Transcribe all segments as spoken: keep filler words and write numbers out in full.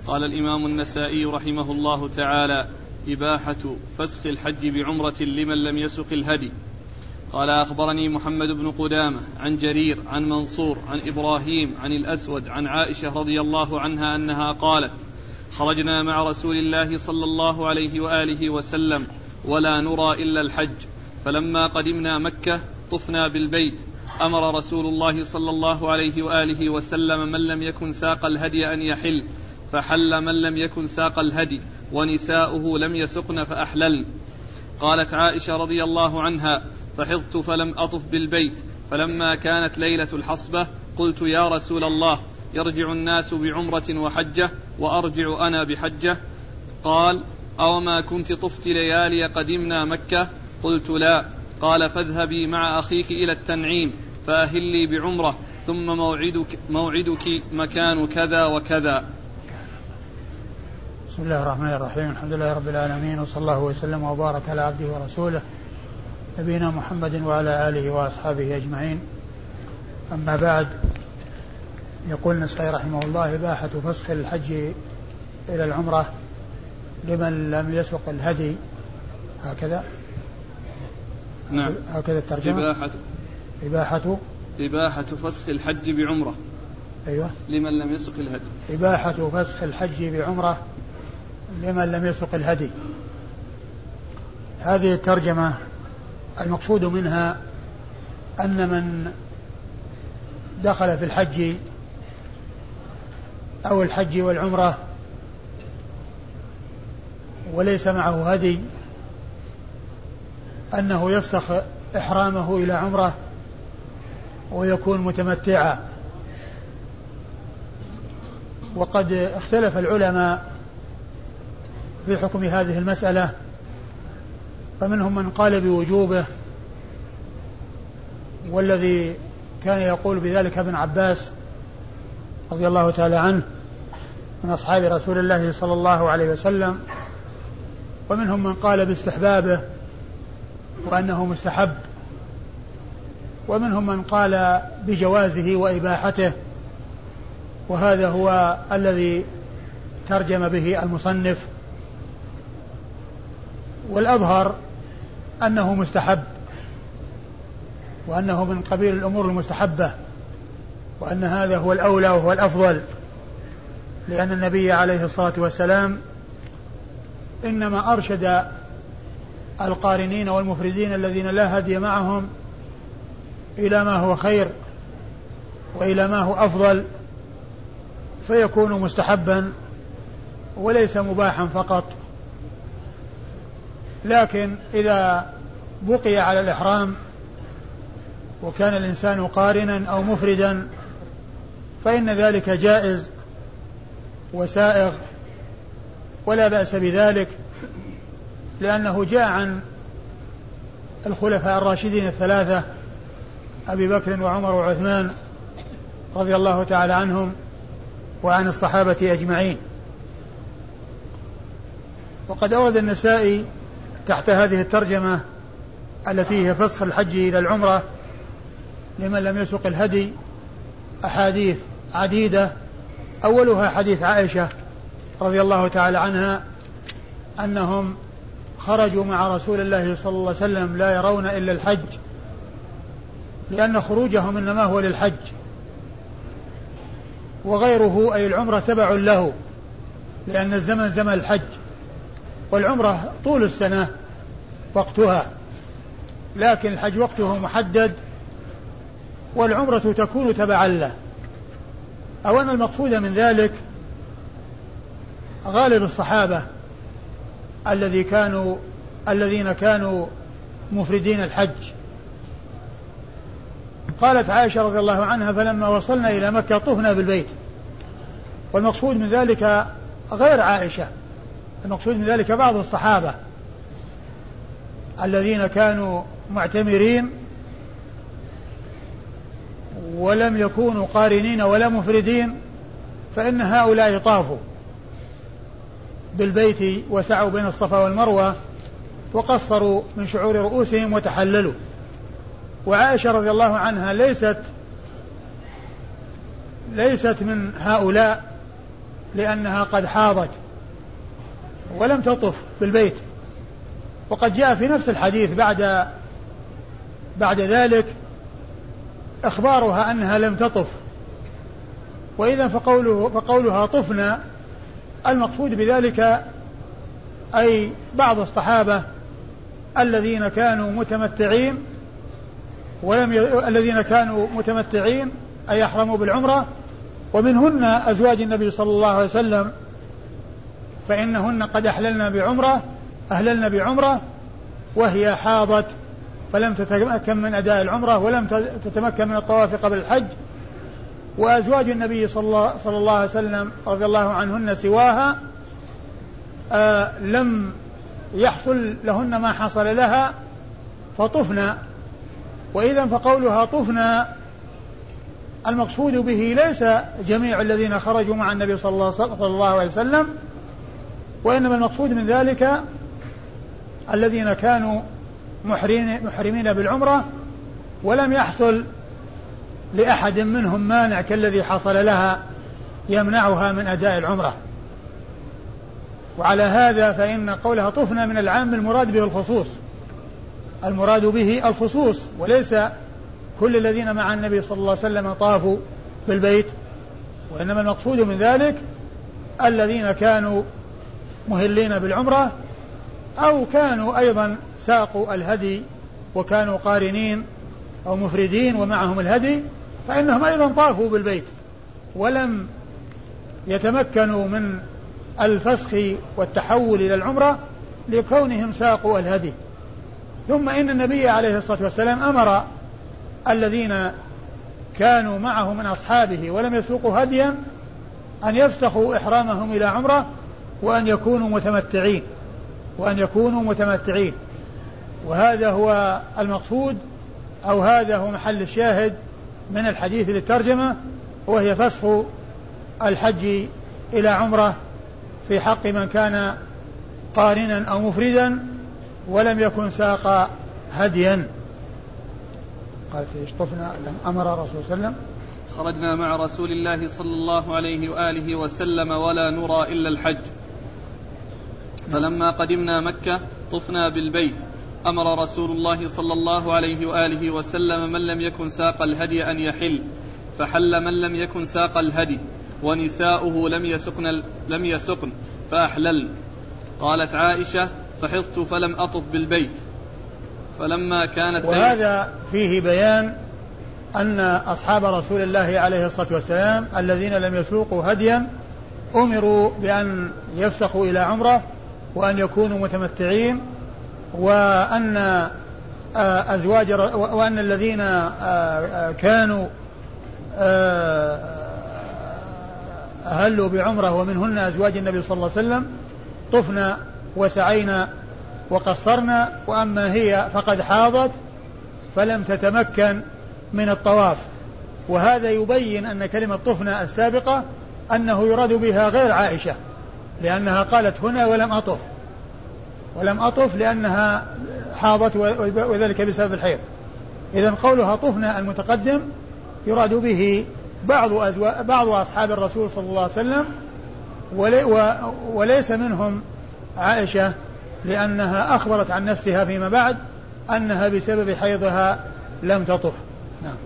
قال الإمام النسائي رحمه الله تعالى: إباحة فسخ الحج بعمرة لمن لم يسق الهدي. قال: أخبرني محمد بن قدامة عن جرير عن منصور عن إبراهيم عن الأسود عن عائشة رضي الله عنها أنها قالت: خرجنا مع رسول الله صلى الله عليه وآله وسلم ولا نرى إلا الحج، فلما قدمنا مكة طفنا بالبيت، أمر رسول الله صلى الله عليه وآله وسلم من لم يكن ساق الهدي أن يحل، فحل من لم يكن ساق الهدي، ونساؤه لم يسقن فأحللن. قالت عائشة رضي الله عنها: فحضت فلم أطف بالبيت، فلما كانت ليلة الحصبة قلت: يا رسول الله، يرجع الناس بعمرة وحجة وأرجع أنا بحجة؟ قال: أوما كنت طفت ليالي قدمنا مكة؟ قلت: لا. قال: فاذهبي مع أخيك إلى التنعيم فأهلي بعمرة، ثم موعدك, موعدك مكان كذا وكذا. بسم الله الرحمن الرحيم. الحمد لله رب العالمين، وصلى الله وسلم وبارك على عبده ورسوله نبينا محمد وعلى آله وأصحابه أجمعين. أما بعد، يقول النسائي رحمه الله: إباحة فسخ الحج إلى العمرة لمن لم يسق الهدي. هكذا نعم، هكذا الترجمة. إباحة إباحة إباحة فسخ الحج بعمرة. أيوة. لمن لم يسق الهدي. إباحة فسخ الحج بعمرة لمن لم يسق الهدي. هذه الترجمة المقصود منها أن من دخل في الحج أو الحج والعمرة وليس معه هدي أنه يفسخ إحرامه إلى عمرة ويكون متمتعا. وقد اختلف العلماء في حكم هذه المسألة، فمنهم من قال بوجوبه، والذي كان يقول بذلك ابن عباس رضي الله تعالى عنه من أصحاب رسول الله صلى الله عليه وسلم، ومنهم من قال باستحبابه وأنه مستحب، ومنهم من قال بجوازه وإباحته، وهذا هو الذي ترجم به المصنف. والأظهر أنه مستحب، وأنه من قبيل الأمور المستحبة، وأن هذا هو الأولى وهو الأفضل، لأن النبي عليه الصلاة والسلام إنما أرشد القارنين والمفردين الذين لا هدي معهم إلى ما هو خير وإلى ما هو أفضل، فيكون مستحبا وليس مباحا فقط. لكن إذا بقي على الإحرام وكان الإنسان قارنا أو مفردا فإن ذلك جائز وسائغ ولا بأس بذلك، لأنه جاء عن الخلفاء الراشدين الثلاثة أبي بكر وعمر وعثمان رضي الله تعالى عنهم وعن الصحابة أجمعين. وقد أورد النسائي تحت هذه الترجمة التي هي فسخ الحج إلى العمرة لمن لم يسق الهدي أحاديث عديدة، أولها حديث عائشة رضي الله تعالى عنها أنهم خرجوا مع رسول الله صلى الله عليه وسلم لا يرون إلا الحج، لأن خروجهم إنما هو للحج، وغيره أي العمرة تبع له، لأن الزمن زمن الحج، والعمرة طول السنة وقتها، لكن الحج وقته محدد والعمرة تكون تبعا له. أو أن المقصود من ذلك غالب الصحابة الذي كانوا الذين كانوا مفردين الحج. قالت عائشة رضي الله عنها: فلما وصلنا إلى مكة طفنا بالبيت. والمقصود من ذلك غير عائشة، المقصود من ذلك بعض الصحابة الذين كانوا معتمرين ولم يكونوا قارنين ولا مفردين، فإن هؤلاء طافوا بالبيت وسعوا بين الصفا والمروة وقصروا من شعور رؤوسهم وتحللوا. وعائشة رضي الله عنها ليست ليست من هؤلاء لأنها قد حاضت ولم تطف بالبيت. وقد جاء في نفس الحديث بعد بعد ذلك إخبارها أنها لم تطف. وإذا فقوله فقولها طفنا المقصود بذلك أي بعض الصحابة الذين كانوا متمتعين ولم ي... الذين كانوا متمتعين أي يحرموا بالعمرة، ومنهن أزواج النبي صلى الله عليه وسلم، فإنهن قد أحللن بعمرة أهللن بعمرة وهي حاضت فلم تتمكن من أداء العمرة ولم تتمكن من الطواف قبل الحج. وأزواج النبي صلى الله عليه وسلم رضي الله عنهن سواها آه لم يحصل لهن ما حصل لها فطفنا. وإذا فقولها طفنا المقصود به ليس جميع الذين خرجوا مع النبي صلى الله عليه وسلم، وإنما المقصود من ذلك الذين كانوا محرمين بالعمرة ولم يحصل لأحد منهم مانع كالذي حصل لها يمنعها من أداء العمرة. وعلى هذا فإن قولها طفنا من العام المراد به الخصوص، المراد به الخصوص، وليس كل الذين مع النبي صلى الله عليه وسلم طافوا بالبيت، وإنما المقصود من ذلك الذين كانوا مهلين بالعمرة أو كانوا أيضا ساقوا الهدي وكانوا قارنين أو مفردين ومعهم الهدي، فإنهم أيضا طافوا بالبيت ولم يتمكنوا من الفسخ والتحول إلى العمرة لكونهم ساقوا الهدي. ثم إن النبي عليه الصلاة والسلام أمر الذين كانوا معه من أصحابه ولم يسوقوا هديا أن يفسخوا إحرامهم إلى عمرة وأن يكونوا متمتعين وأن يكونوا متمتعين وهذا هو المقصود أو هذا هو محل الشاهد من الحديث للترجمة، وهي فسخ الحج إلى عمرة في حق من كان قارنا أو مفردا ولم يكن ساق هديا. قالت ايش طفنا لم أمر رسول الله صلى الله عليه وسلم خرجنا مع رسول الله صلى الله عليه وآله وسلم ولا نرى إلا الحج، فلما قدمنا مكة طفنا بالبيت، أمر رسول الله صلى الله عليه وآله وسلم من لم يكن ساق الهدي أن يحل، فحل من لم يكن ساق الهدي، ونساؤه لم يسقن, لم يسقن فأحلل. قالت عائشة فحضت فلم أطف بالبيت. فلما كانت وهذا فيه بيان أن أصحاب رسول الله عليه الصلاة والسلام الذين لم يسوقوا هديا أمروا بأن يفسخوا إلى عمرة وأن يكونوا متمتعين، وأن أزواج وأن الذين كانوا أهلوا بعمرة ومنهن أزواج النبي صلى الله عليه وسلم طفنا وسعينا وقصرنا، وأما هي فقد حاضت فلم تتمكن من الطواف. وهذا يبين أن كلمة طفنا السابقة أنه يراد بها غير عائشة، لأنها قالت هنا ولم أطف ولم أطف لأنها حاضت وذلك بسبب الحيض. إذن قولها طفنا المتقدم يراد به بعض, بعض أصحاب الرسول صلى الله عليه وسلم وليس منهم عائشة، لأنها أخبرت عن نفسها فيما بعد أنها بسبب حيضها لم تطف. نعم.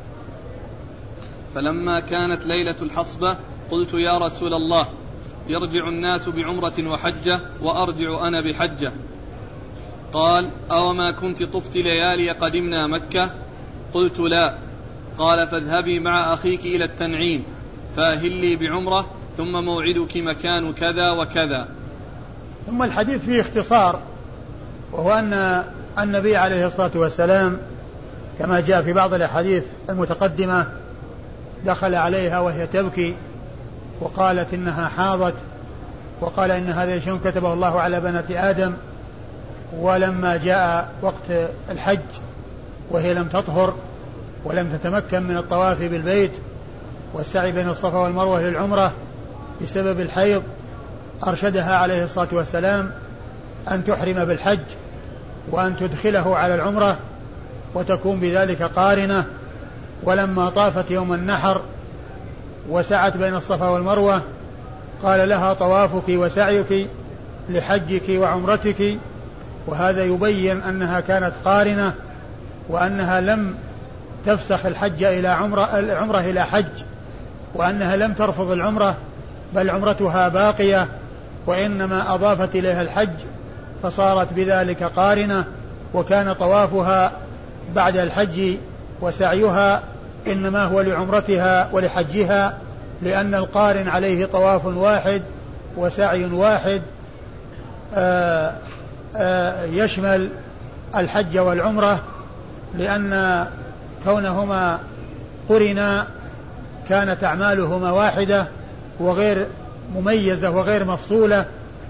فلما كانت ليلة الحصبة قلت يا رسول الله يرجع الناس بعمرة وحجة وأرجع أنا بحجة. قال أو ما كنت طفت ليالي قدمنا مكة؟ قلت لا. قال فاذهبي مع أخيك إلى التنعيم فأهلي بعمرة ثم موعدك مكان كذا وكذا. ثم الحديث فيه اختصار، وهو أن النبي عليه الصلاة والسلام كما جاء في بعض الأحاديث المتقدمة دخل عليها وهي تبكي وقالت إنها حاضت، وقال إن هذا شيء كتبه الله على بنات آدم. ولما جاء وقت الحج وهي لم تطهر ولم تتمكن من الطواف بالبيت والسعي بين الصفا والمروة للعمرة بسبب الحيض، أرشدها عليه الصلاة والسلام أن تحرم بالحج وأن تدخله على العمرة وتكون بذلك قارنة. ولما طافت يوم النحر وسعت بين الصفا والمروة قال لها طوافك وسعيك لحجك وعمرتك، وهذا يبين أنها كانت قارنة، وأنها لم تفسخ الحج إلى عمرة, العمرة إلى حج، وأنها لم ترفض العمرة بل عمرتها باقية، وإنما أضافت إليها الحج فصارت بذلك قارنة. وكان طوافها بعد الحج وسعيها إنما هو لعمرتها ولحجها، لأن القارن عليه طواف واحد وسعي واحد آآ آآ يشمل الحج والعمرة، لأن كونهما قرنا كانت أعمالهما واحدة وغير مميزة وغير مفصولة،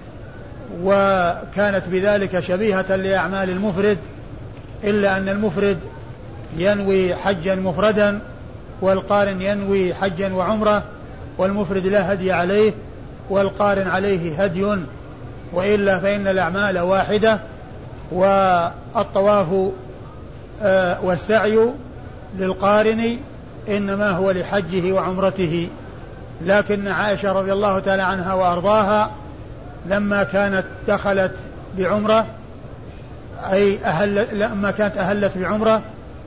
وكانت بذلك شبيهة لأعمال المفرد، إلا أن المفرد ينوي حجا مفردا والقارن ينوي حجا وعمرة، والمفرد لا هدي عليه والقارن عليه هدي، وإلا فإن الأعمال واحدة. والطواف والسعي للقارن إنما هو لحجه وعمرته. لكن عائشة رضي الله تعالى عنها وأرضاها لما كانت دخلت بعمرة، أي أهل لما كانت أهلت بعمرة،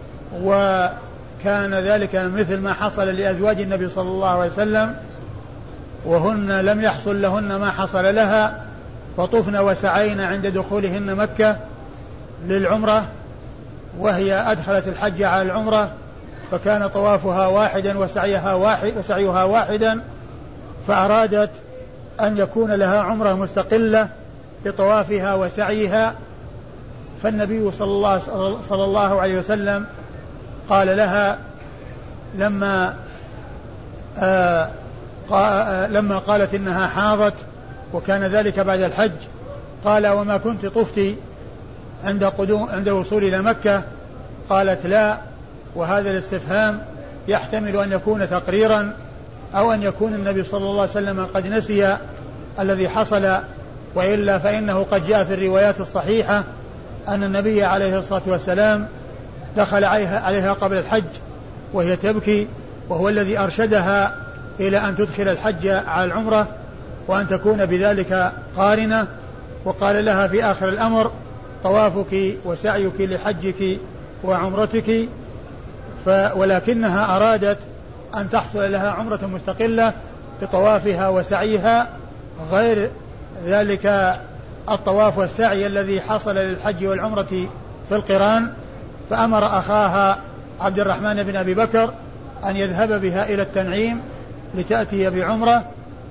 وكان ذلك مثل ما حصل لأزواج النبي صلى الله عليه وسلم، وهن لم يحصل لهن ما حصل لها، فطفن وسعين عند دخولهن مكة للعمرة، وهي أدخلت الحج على العمرة، فكان طوافها واحدا وسعيها واحد وسعيها واحدا، فأرادت أن يكون لها عمرة مستقلة بطوافها وسعيها. فالنبي صلى الله, صلى الله عليه وسلم قال لها لما آه آه لما قالت إنها حاضت وكان ذلك بعد الحج، قال وما كنت طفتي عند قدوم عند الوصول إلى مكة؟ قالت لا. وهذا الاستفهام يحتمل أن يكون تقريرا أو أن يكون النبي صلى الله عليه وسلم قد نسي الذي حصل، وإلا فإنه قد جاء في الروايات الصحيحة أن النبي عليه الصلاة والسلام دخل عليها قبل الحج وهي تبكي، وهو الذي أرشدها إلى أن تدخل الحج على العمرة وأن تكون بذلك قارنة، وقال لها في آخر الأمر طوافك وسعيك لحجك وعمرتك، ولكنها أرادت أن تحصل لها عمرة مستقلة بطوافها وسعيها غير ذلك الطواف والسعي الذي حصل للحج والعمرة في القران. فأمر أخاها عبد الرحمن بن أبي بكر أن يذهب بها إلى التنعيم لتأتي بعمرة،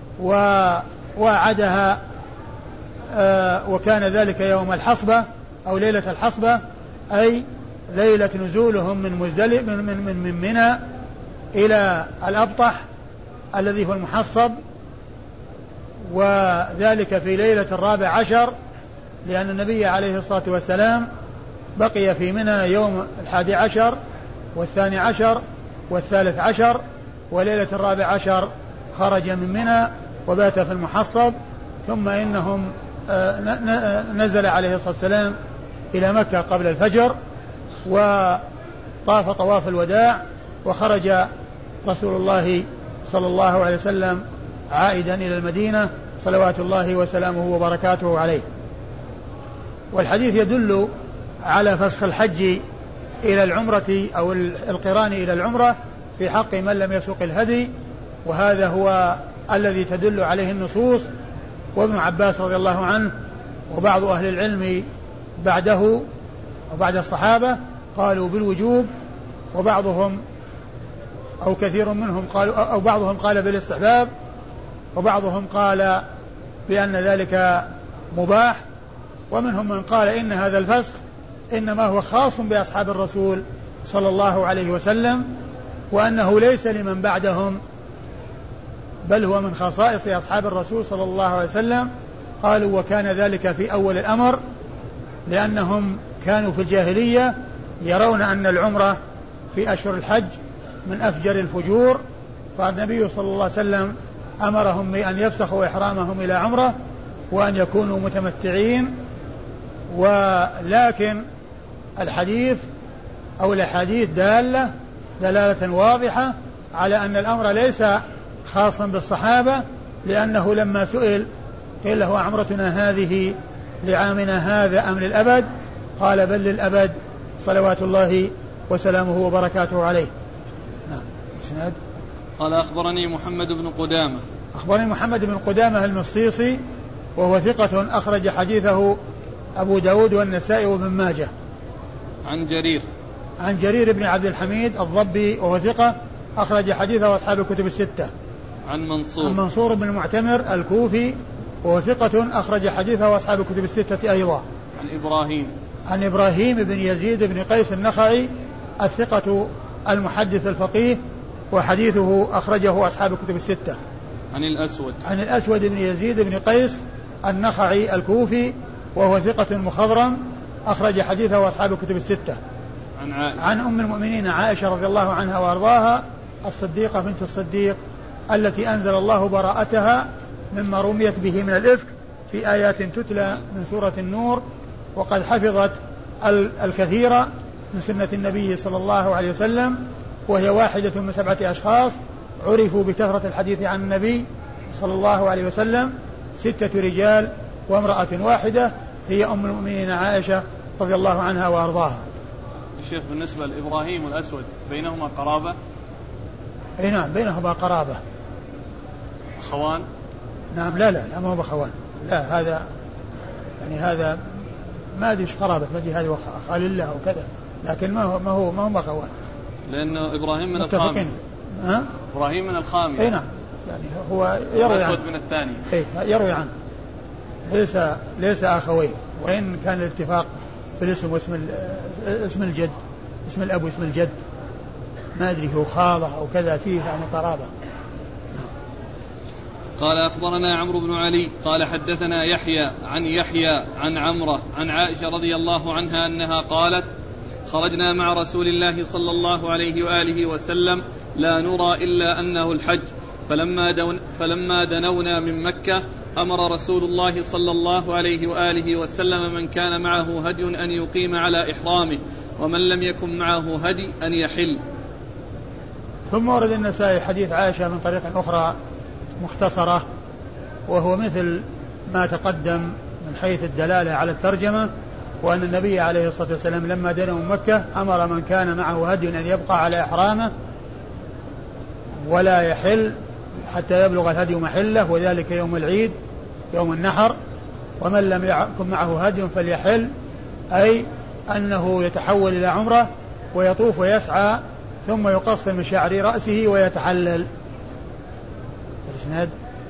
ووعدها آه وكان ذلك يوم الحصبة أو ليلة الحصبة، أي ليلة نزولهم من مزدلف من من من, من منى إلى الأبطح الذي هو المحصب، وذلك في ليلة الرابع عشر، لأن النبي عليه الصلاة والسلام بقي في منى يوم الحادي عشر والثاني عشر والثالث عشر، وليلة الرابع عشر خرج من منى وبات في المحصب، ثم إنهم نزل عليه الصلاة والسلام إلى مكة قبل الفجر وطاف طواف الوداع، وخرج رسول الله صلى الله عليه وسلم عائدا إلى المدينة صلوات الله وسلامه وبركاته عليه. والحديث يدل على فسخ الحج إلى العمرة أو القران إلى العمرة في حق من لم يسوق الهدي، وهذا هو الذي تدل عليه النصوص. وابن عباس رضي الله عنه وبعض أهل العلم بعده وبعد الصحابة قالوا بالوجوب، وبعضهم أو كثير منهم قالوا أو بعضهم قال بالاستحباب، وبعضهم قال بأن ذلك مباح، ومنهم من قال إن هذا الفسخ إنما هو خاص بأصحاب الرسول صلى الله عليه وسلم، وأنه ليس لمن بعدهم، بل هو من خصائص أصحاب الرسول صلى الله عليه وسلم. قالوا وكان ذلك في أول الأمر، لأنهم كانوا في الجاهلية يرون أن العمرة في أشهر الحج من أفجر الفجور، فالنبي صلى الله عليه وسلم أمرهم بأن يفسخوا إحرامهم إلى عمرة وأن يكونوا متمتعين. ولكن الحديث أو الأحاديث دالة دلالة واضحة على أن الأمر ليس خاصا بالصحابة، لأنه لما سئل قيل له عمرتنا هذه لعامنا هذا أم للأبد؟ قال بل للأبد صلوات الله وسلامه وبركاته عليه. نعم. اسناد. قال أخبرني محمد بن قدامة أخبرني محمد بن قدامة المصيصي وهو ثقة أخرج حديثه أبو داود والنسائي وابن ماجه. عن جرير عن جرير بن عبد الحميد الضبي وهو ثقة أخرج حديثه أصحاب الكتب الستة. عن منصور عن منصور بن المعتمر الكوفي وهو ثقة أخرج حديثه أصحاب الكتب الستة أيضا. عن إبراهيم عن إبراهيم بن يزيد بن قيس النخعي الثقة المحدث الفقيه وحديثه أخرجه أصحاب الكتب الستة. عن الأسود عن الأسود بن يزيد بن قيس النخعي الكوفي وهو ثقة مخضرم أخرج حديثه أصحاب الكتب الستة. عن عائشة عن أم المؤمنين عائشة رضي الله عنها وأرضاها الصديقة بنت الصديق التي أنزل الله براءتها مما رميت به من الإفك في آيات تتلى من سورة النور، وقد حفظت الكثير من سنة النبي صلى الله عليه وسلم، وهي واحدة من سبعة أشخاص عرفوا بكثرة الحديث عن النبي صلى الله عليه وسلم، ستة رجال وامرأة واحدة هي أم المؤمنين عائشة رضي الله عنها وأرضاها. الشيخ بالنسبة لإبراهيم والأسود بينهما قرابة؟ أي نعم بينهما قرابة. أخوان؟ نعم لا لا لا ما هو بخوان، لا هذا يعني هذا ما أدري إيش قرابة، ما أدري هذا خال الله أو كذا، لكن ما هو ما هو ما هو بخوان. لأنه إبراهيم من الخامس. ها؟ إبراهيم من الخامس. أي نعم يعني هو يروي عنه. من الثاني. أي يروي عنه. ليس ليس أخوين، وإن كان الاتفاق في الاسم واسم اسم الجد، اسم الأب واسم الجد، ما أدري هو خالة أو كذا فيه يعني قرابة. قال أخبرنا عمرو بن علي قال حدثنا يحيى عن يحيى عن عمرة عن عائشة رضي الله عنها أنها قالت: خرجنا مع رسول الله صلى الله عليه وآله وسلم لا نرى إلا أنه الحج، فلما, دون فلما دنونا من مكة أمر رسول الله صلى الله عليه وآله وسلم من كان معه هدي أن يقيم على إحرامه، ومن لم يكن معه هدي أن يحل. ثم ورد النسائي حديث عائشة من طريق أخرى مختصرة، وهو مثل ما تقدم من حيث الدلالة على الترجمة، وأن النبي عليه الصلاة والسلام لما دنوا من مكة أمر من كان معه هدي أن يبقى على إحرامه ولا يحل حتى يبلغ الهدي محله، وذلك يوم العيد يوم النحر، ومن لم يكن معه هدي فليحل، أي أنه يتحول إلى عمرة ويطوف ويسعى ثم يقصر من شعر رأسه ويتحلل. الإسناد.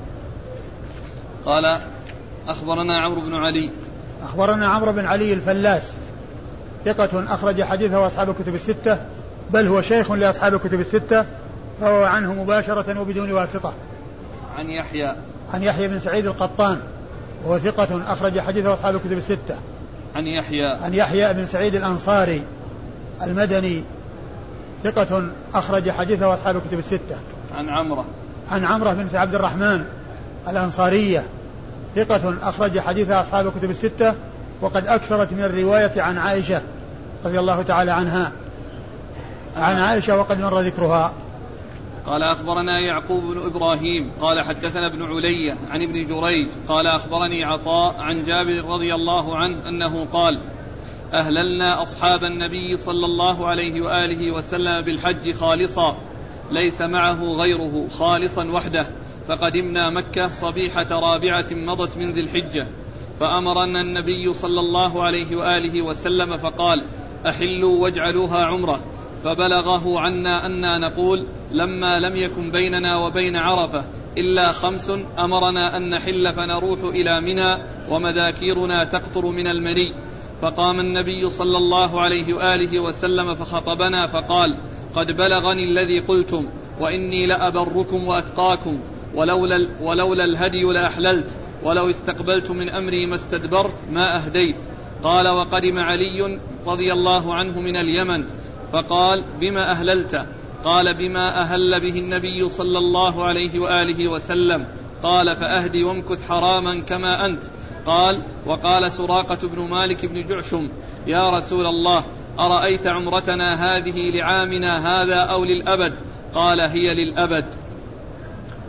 قال أخبرنا عمرو بن علي أخبرنا عمرو بن علي الفلاس ثقة أخرج حديثه أصحاب الكتب الستة، بل هو شيخ لأصحاب الكتب الستة، فهو عنه مباشرة وبدون واسطة. عن يحيى عن يحيى بن سعيد القطان وهو ثقة أخرج حديثه أصحاب الكتب الستة. عن يحيى عن يحيى بن سعيد الأنصاري المدني ثقة أخرج حديثه أصحاب الكتب الستة. عن عمرة عن عمرة بن عبد الرحمن الأنصارية ثقة أخرج حديثها أصحاب الكتب الستة، وقد أكثرت من الرواية عن عائشة رضي الله تعالى عنها عن عائشة وقد مر ذكرها. قال أخبرنا يعقوب بن إبراهيم قال حدثنا ابن علية عن ابن جريج قال أخبرني عطاء عن جابر رضي الله عنه أنه قال: أهللنا أصحاب النبي صلى الله عليه وآله وسلم بالحج خالصا ليس معه غيره، خالصا وحده، فقدمنا مكة صبيحة رابعة مضت من ذي الحجة، فأمرنا النبي صلى الله عليه وآله وسلم فقال: أحلوا واجعلوها عمرة، فبلغه عنا أننا نقول: لما لم يكن بيننا وبين عرفة إلا خمس أمرنا أن نحل فنروح إلى منى ومذاكيرنا تقطر من المني، فقام النبي صلى الله عليه وآله وسلم فخطبنا فقال: قد بلغني الذي قلتم، وإني لأبركم وأتقاكم، ولولا, ولولا الهدي لأحللت، ولو استقبلت من أمري ما استدبرت ما أهديت. قال: وقدم علي رضي الله عنه من اليمن فقال: بما أهللت؟ قال: بما أهل به النبي صلى الله عليه وآله وسلم. قال: فأهدي وامكث حراما كما أنت. قال: وقال سراقة بن مالك بن جعشم: يا رسول الله، أرأيت عمرتنا هذه لعامنا هذا أو للأبد؟ قال: هي للأبد.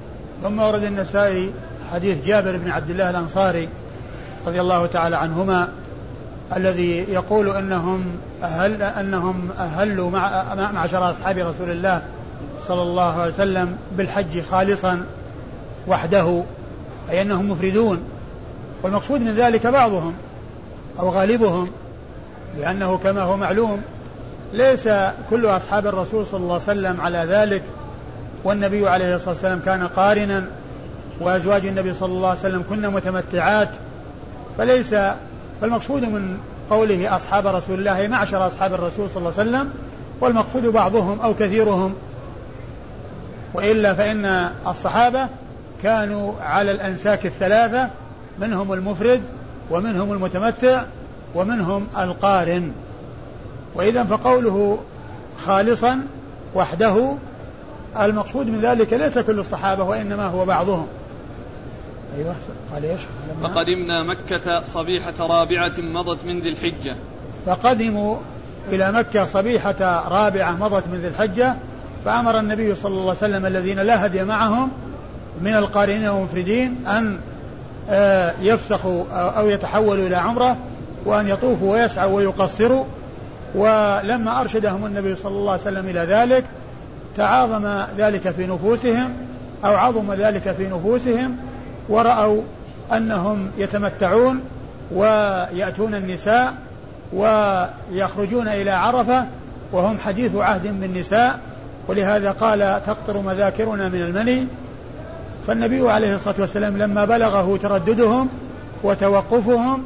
ثم ورد النسائي حديث جابر بن عبد الله الأنصاري رضي الله تعالى عنهما الذي يقول أنهم أهل أنهم أهلوا مع معشر أصحاب رسول الله صلى الله عليه وسلم بالحج خالصا وحده، أي أنهم مفردون، والمقصود من ذلك بعضهم أو غالبهم، لأنه كما هو معلوم ليس كل أصحاب الرسول صلى الله عليه وسلم على ذلك، والنبي عليه الصلاة والسلام كان قارنا، وأزواج النبي صلى الله عليه وسلم كن متمتعات، فليس فالمقصود من قوله أصحاب رسول الله معشر أصحاب الرسول صلى الله عليه وسلم، والمقصود بعضهم أو كثيرهم، وإلا فإن الصحابة كانوا على الأنساك الثلاثة، منهم المفرد ومنهم المتمتع ومنهم القارن. وإذا فقوله خالصا وحده المقصود من ذلك ليس كل الصحابة وإنما هو بعضهم. أيوة قال إيش؟ فقدمنا مكة صبيحة رابعة مضت من ذي الحجة. فقدموا إلى مكة صبيحة رابعة مضت من ذي الحجة، فأمر النبي صلى الله عليه وسلم الذين لا هدي معهم من القارنين والمفردين أن يفسخوا أو يتحولوا إلى عمرة، وأن يطوفوا ويسعوا ويقصروا. ولما أرشدهم النبي صلى الله عليه وسلم إلى ذلك تعاظم ذلك في نفوسهم أو عظم ذلك في نفوسهم، ورأوا أنهم يتمتعون ويأتون النساء ويخرجون إلى عرفة وهم حديث عهد بالنساء، ولهذا قال تقطر مذاكرنا من المني. فالنبي عليه الصلاة والسلام لما بلغه ترددهم وتوقفهم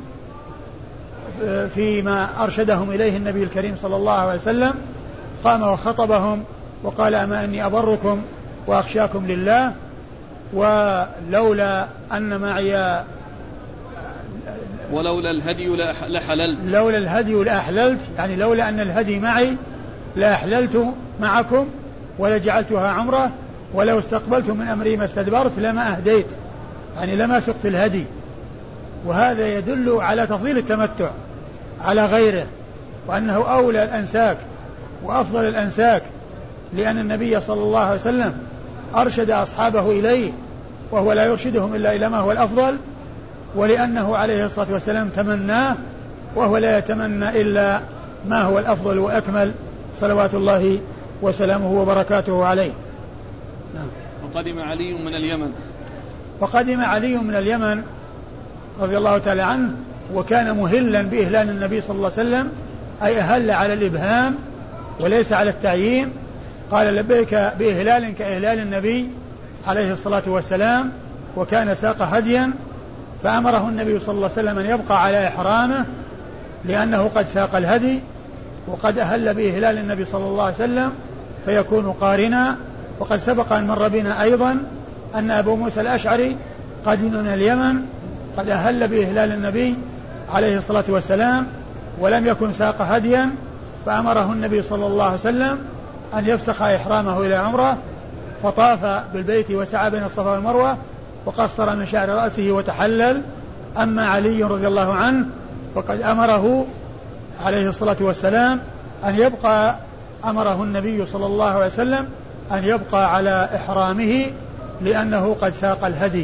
فيما أرشدهم إليه النبي الكريم صلى الله عليه وسلم قام وخطبهم وقال أما إني أبركم وأخشاكم لله، ولولا أن معي ولولا الهدي لحللت لولا الهدي لأحللت يعني لولا أن الهدي معي لأحللت معكم ولجعلتها عمرة، ولو استقبلت من أمري ما استدبرت لما أهديت، يعني لما سقت الهدي. وهذا يدل على تفضيل التمتع على غيره، وأنه أولى الأنساك وأفضل الأنساك، لأن النبي صلى الله عليه وسلم أرشد أصحابه إليه وهو لا يرشدهم إلا إلى ما هو الأفضل، ولأنه عليه الصلاة والسلام تمناه وهو لا يتمنى إلا ما هو الأفضل وأكمل صلوات الله وسلامه وبركاته عليه. نعم. وقدم علي من اليمن وقدم علي من اليمن رضي الله تعالى عنه، وكان مهلا بإهلال النبي صلى الله عليه وسلم، أي أهل على الإبهام وليس على التعيين. قال لبيك بإهلال كإهلال النبي عليه الصلاة والسلام، وكان ساق هديا، فأمره النبي صلى الله عليه وسلم أن يبقى على إحرامه لأنه قد ساق الهدي وقد أهل بإهلال النبي صلى الله عليه وسلم فيكون قارنا. وقد سبق أن مر بنا أيضا أن أبو موسى الأشعري قدم من اليمن قد أهل بإهلال النبي عليه الصلاة والسلام ولم يكن ساق هديا، فأمره النبي صلى الله عليه وسلم أن يفسخ إحرامه إلى عمره، فطاف بالبيت وسعى بين الصفا والمروة وقصر من شعر رأسه وتحلل. أما علي رضي الله عنه فقد أمره عليه الصلاة والسلام أن يبقى أمره النبي صلى الله عليه وسلم أن يبقى على إحرامه لأنه قد ساق الهدي.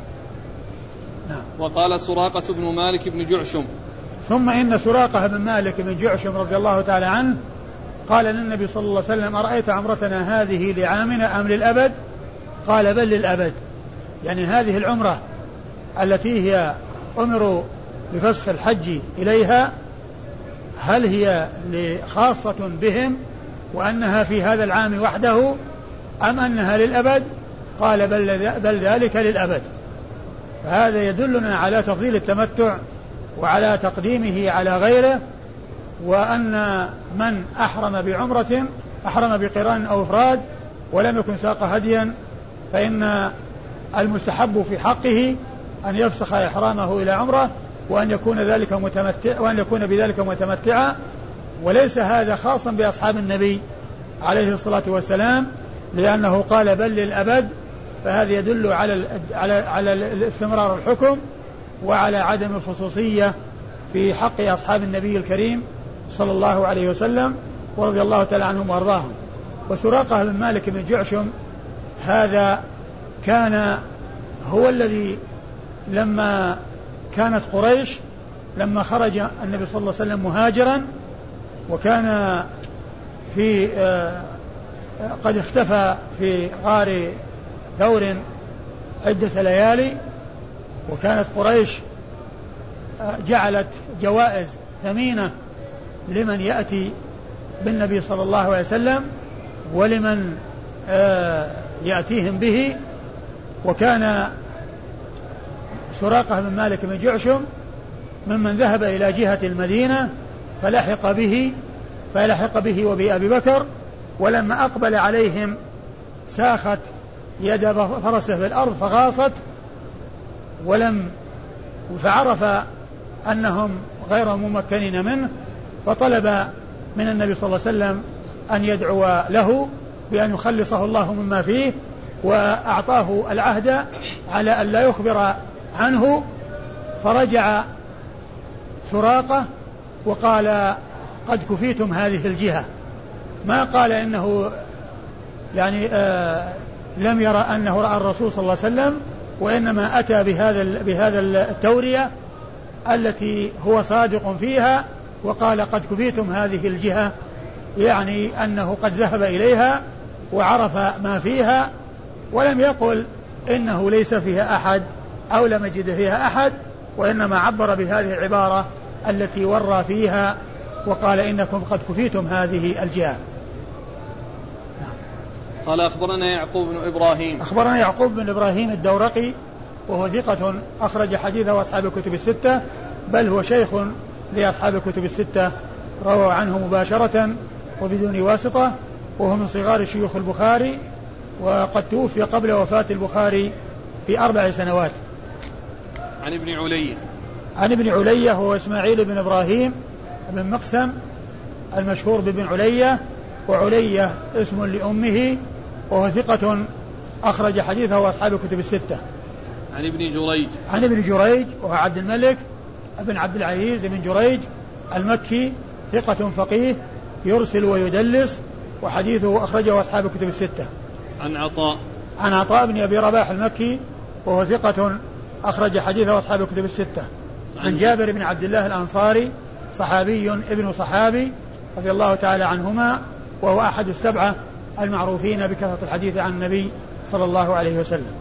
نعم. وقال سراقة بن مالك بن جعشم. ثم إن سراقة بن مالك بن جعشم رضي الله تعالى عنه قال للنبي صلى الله عليه وسلم أرأيت عمرتنا هذه لعامنا أم للأبد؟ قال بل للأبد، يعني هذه العمرة التي هي أمروا بفسخ الحج إليها هل هي خاصة بهم وأنها في هذا العام وحده أم أنها للأبد؟ قال بل, بل ذلك للأبد. فهذا يدلنا على تفضيل التمتع وعلى تقديمه على غيره، وأن من أحرم بعمرة أحرم بقران أو إفراد ولم يكن ساق هديا فإن المستحب في حقه أن يفسخ إحرامه إلى عمرة وأن يكون ذلك متمتع وأن يكون بذلك متمتعا، وليس هذا خاصا بأصحاب النبي عليه الصلاة والسلام، لأنه قال بل للأبد، فهذا يدل على على على الاستمرار الحكم وعلى عدم الخصوصية في حق أصحاب النبي الكريم صلى الله عليه وسلم ورضي الله تعالى عنهم وارضاهم. وسراقة بن مالك بن جعشم هذا كان هو الذي لما كانت قريش لما خرج النبي صلى الله عليه وسلم مهاجرا وكان في قد اختفى في غار ثور عدة ليالي، وكانت قريش جعلت جوائز ثمينة لمن يأتي بالنبي صلى الله عليه وسلم ولمن يأتيهم به. وكان سراقة بن مالك بن جعشم ممن ذهب إلى جهة المدينة فلحق به فلحق به وبأبي بكر، ولما أقبل عليهم ساخت يد فرسه في الأرض فغاصت، ولم فعرف أنهم غير ممكنين منه، فطلب من النبي صلى الله عليه وسلم أن يدعو له بأن يخلصه الله مما فيه، وأعطاه العهد على أن لا يخبر عنه. فرجع سراقة وقال قد كفيتم هذه الجهة، ما قال إنه يعني آه لم يرى أنه رأى الرسول صلى الله عليه وسلم، وإنما أتى بهذا بهذا التورية التي هو صادق فيها، وقال قد كفيتم هذه الجهة، يعني أنه قد ذهب إليها وعرف ما فيها، ولم يقل إنه ليس فيها أحد أو لم يجد فيها أحد، وإنما عبر بهذه العبارة التي ورى فيها وقال إنكم قد كفيتم هذه الجهة. قال أخبرنا يعقوب بن إبراهيم أخبرنا يعقوب بن إبراهيم الدورقي وهو ثقة أخرج حديثه أصحاب الكتب الستة، بل هو شيخ لأصحاب الكتب الستة، روى عنه مباشرة وبدون واسطة، وهو من صغار شيوخ البخاري، وقد توفي قبل وفاة البخاري في أربع سنوات. عن ابن علية عن ابن علية هو إسماعيل بن إبراهيم بن مقسم المشهور بابن علية، وعلية اسم لأمه، وهو ثقة أخرج حديثه أصحاب الكتب الستة. عن ابن جريج عن ابن جريج وهو عبد الملك ابن عبد العزيز بن جريج المكي، ثقة فقيه يرسل ويدلس، وحديثه أخرجه أصحاب الكتب الستة. عن عطاء عن عطاء بن أبي رباح المكي وهو ثقة أخرج حديثه أصحاب الكتب الستة. عن جابر بن عبد الله الأنصاري صحابي ابن صحابي رضي الله تعالى عنهما، وهو أحد السبعة المعروفين بكثرة الحديث عن النبي صلى الله عليه وسلم.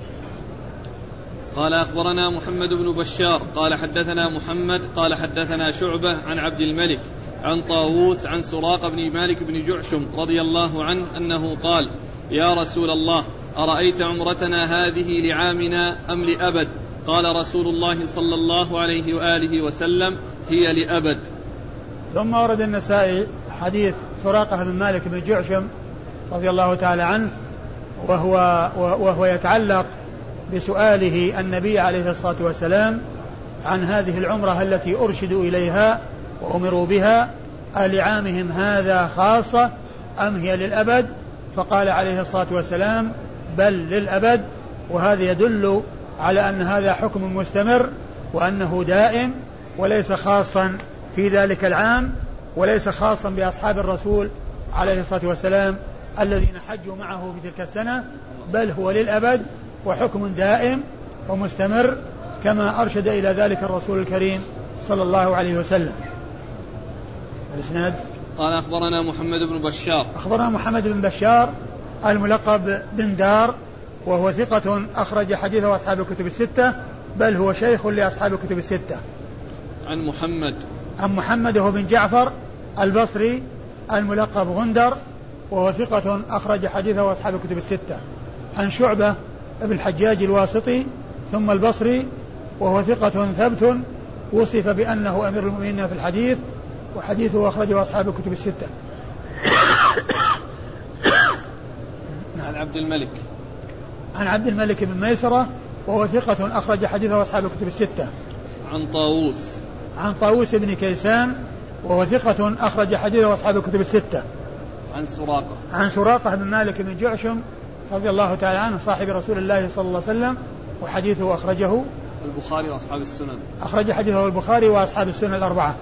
قال أخبرنا محمد بن بشار قال حدثنا محمد قال حدثنا شعبة عن عبد الملك عن طاووس عن سراق بن مالك بن جعشم رضي الله عنه أنه قال يا رسول الله أرأيت عمرتنا هذه لعامنا أم لأبد؟ قال رسول الله صلى الله عليه وآله وسلم هي لأبد. ثم ورد النسائي حديث سراقة بن مالك بن جعشم رضي الله تعالى عنه، وهو, وهو يتعلق بسؤاله النبي عليه الصلاة والسلام عن هذه العمرة التي أرشدوا إليها وأمروا بها، ألعامهم هذا خاصة أم هي للأبد؟ فقال عليه الصلاة والسلام بل للأبد، وهذا يدل على أن هذا حكم مستمر وأنه دائم وليس خاصا في ذلك العام، وليس خاصا بأصحاب الرسول عليه الصلاة والسلام الذين حجوا معه في تلك السنة، بل هو للأبد وحكم دائم ومستمر كما أرشد إلى ذلك الرسول الكريم صلى الله عليه وسلم. الإسناد قال أخبرنا محمد بن بشار أخبرنا محمد بن بشار الملقب بن دار، وهو ثقة أخرج حديثه أصحاب الكتب الستة، بل هو شيخ لأصحاب الكتب الستة. عن محمد عن محمد هو بن جعفر البصري الملقب غندر، وهو ثقة أخرج حديثه أصحاب الكتب الستة. عن شعبة ابن الحجاج الواسطي ثم البصري، وهو ثقة ثبت وصف بأنه أمير المؤمنين في الحديث، وحديثه أخرجه أصحاب الكتب الستة. عن عبد الملك عن عبد الملك بن ميسرة، وهو ثقة أخرج حديثه أصحاب الكتب الستة. عن طاووس عن طاووس بن كيسان، وهو ثقة أخرج حديثه أصحاب الكتب الستة. عن سراقة عن سراقة بن مالك بن جعشم رضي الله تعالى عنه صاحب رسول الله صلى الله عليه وسلم، وحديثه أخرجه البخاري وأصحاب السنن. أخرج حديثه البخاري وأصحاب السنن الأربعة.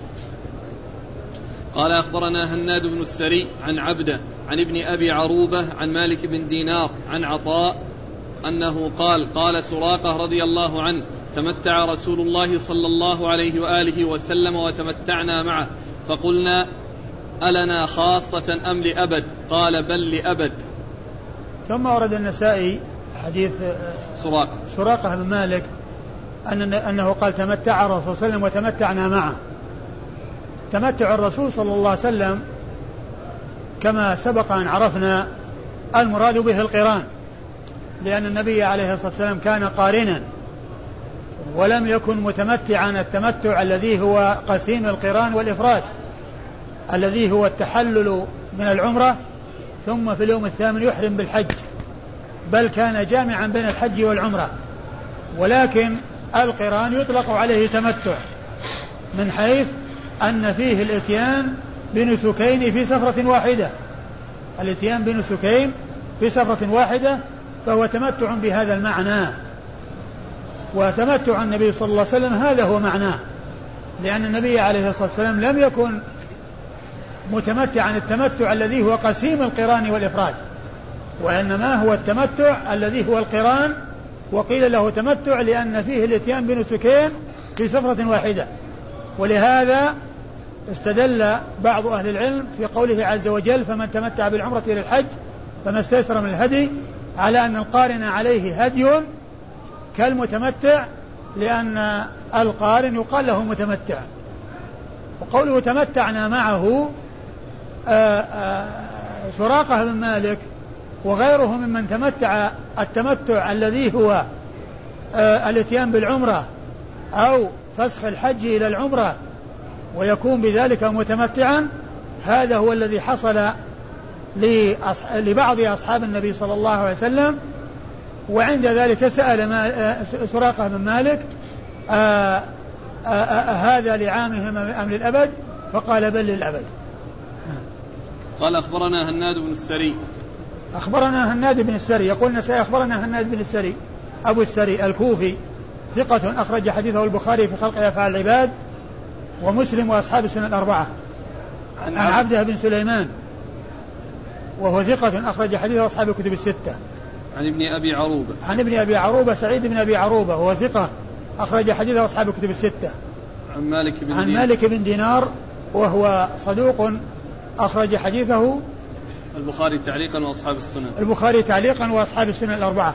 قال أخبرنا هناد بن السري عن عبده عن ابن أبي عروبة عن مالك بن دينار عن عطاء أنه قال قال سراقة رضي الله عنه تمتع رسول الله صلى الله عليه وآله وسلم وتمتعنا معه فقلنا ألنا خاصة أم لأبد؟ قال بل لأبد. ثم ورد النسائي حديث سراقة سراقة بن مالك أن أنه قال تمتع الرسول صلى الله عليه وسلم وتمتعنا معه. تمتع الرسول صلى الله عليه وسلم كما سبق أن عرفنا المراد به القران، لأن النبي عليه الصلاة والسلام كان قارنا ولم يكن متمتعا التمتع الذي هو قسيم القران والإفراد، الذي هو التحلل من العمرة ثم في اليوم الثامن يحرم بالحج، بل كان جامعا بين الحج والعمرة. ولكن القران يطلق عليه تمتع من حيث أن فيه الاتيان بنسكين في سفرة واحدة، الاتيان بنسكين في سفرة واحدة، فهو تمتع بهذا المعنى. وتمتع النبي صلى الله عليه وسلم هذا هو معناه، لأن النبي عليه الصلاة والسلام لم يكن متمتعا التمتع الذي هو قسيم القران والإفراد، وإنما هو التمتع الذي هو القران، وقيل له تمتع لأن فيه الاتيان بنسكين في سفرة واحدة. ولهذا استدل بعض أهل العلم في قوله عز وجل فمن تمتع بالعمرة إلى الحج فما استيسر من الهدي، على أن القارن عليه هدي كالمتمتع، لأن القارن يقال له متمتع. وقوله تمتعنا معه آآ آآ سراقة بن مالك وغيره ممن تمتع التمتع الذي هو الاتيان بالعمرة أو فسخ الحج إلى العمرة ويكون بذلك متمتعا، هذا هو الذي حصل لبعض أصحاب النبي صلى الله عليه وسلم. وعند ذلك سأل سراقة بن مالك آآ آآ هذا لعامهم أم للأبد؟ فقال بل للأبد. قال أخبرنا هناد بن السري أخبرنا هناد بن السري يقول نسائي أخبرنا هناد بن السري أبو السري الكوفي ثقة أخرج حديثه البخاري في خلق أفعال العباد ومسلم وأصحاب السنة الأربعة. عن عبده بن سليمان وهو ثقة أخرج حديثه أصحاب الكتب الستة. عن ابن أبي عروبة عن ابن أبي عروبة سعيد بن أبي عروبة وهو ثقة أخرج حديثه أصحاب الكتب الستة. عن مالك بن عن دينار. مالك بن دينار وهو صدوق أخرج حديثه البخاري تعليقا وأصحاب السنن البخاري تعليقا وأصحاب السنن الأربعة.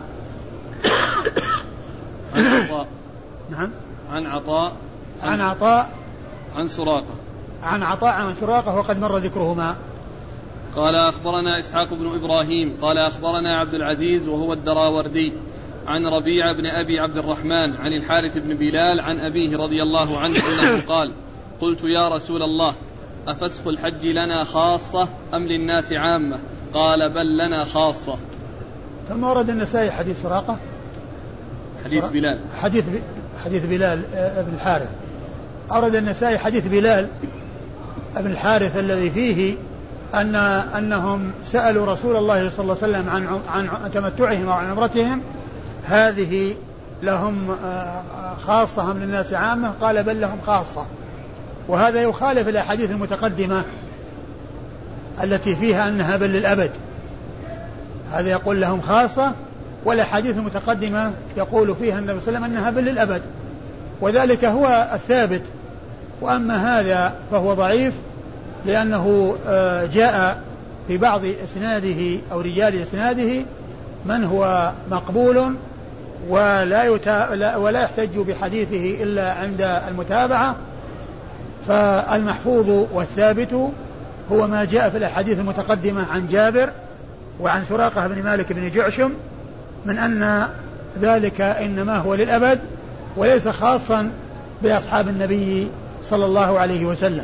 عن عطاء نعم عن عطاء عن, عن عطاء عن سراقة عن عطاء عن سراقة وقد مر ذكرهما. قال أخبرنا إسحاق بن إبراهيم قال أخبرنا عبد العزيز وهو الدراوردي عن ربيعة بن أبي عبد الرحمن عن الحارث بن بلال عن أبيه رضي الله عنه أنه قال قلت يا رسول الله أفسخ الحج لنا خاصة أم للناس عامة؟ قال بل لنا خاصة. ثم ورد النسائي حديث سراقة حديث بلال حديث ب... حديث بلال ابن الحارث. أورد النسائي حديث بلال ابن الحارث الذي فيه أن أنهم سألوا رسول الله صلى الله عليه وسلم عن عن تمتعهم وعن عمرتهم هذه لهم خاصة أم للناس عامة؟ قال بل لهم خاصة. وهذا يخالف الأحاديث المتقدمة التي فيها أنها بل للأبد. هذا يقول لهم خاصة، والأحاديث المتقدمة يقول فيها النبي صلى الله عليه وسلم أنها بل للأبد، وذلك هو الثابت. وأما هذا فهو ضعيف لأنه جاء في بعض إسناده أو رجال إسناده من هو مقبول ولا, يتا... ولا يحتج بحديثه إلا عند المتابعة. فالمحفوظ والثابت هو ما جاء في الأحاديث المتقدمة عن جابر وعن سراقة بن مالك بن جعشم من أن ذلك إنما هو للأبد وليس خاصا بأصحاب النبي صلى الله عليه وسلم.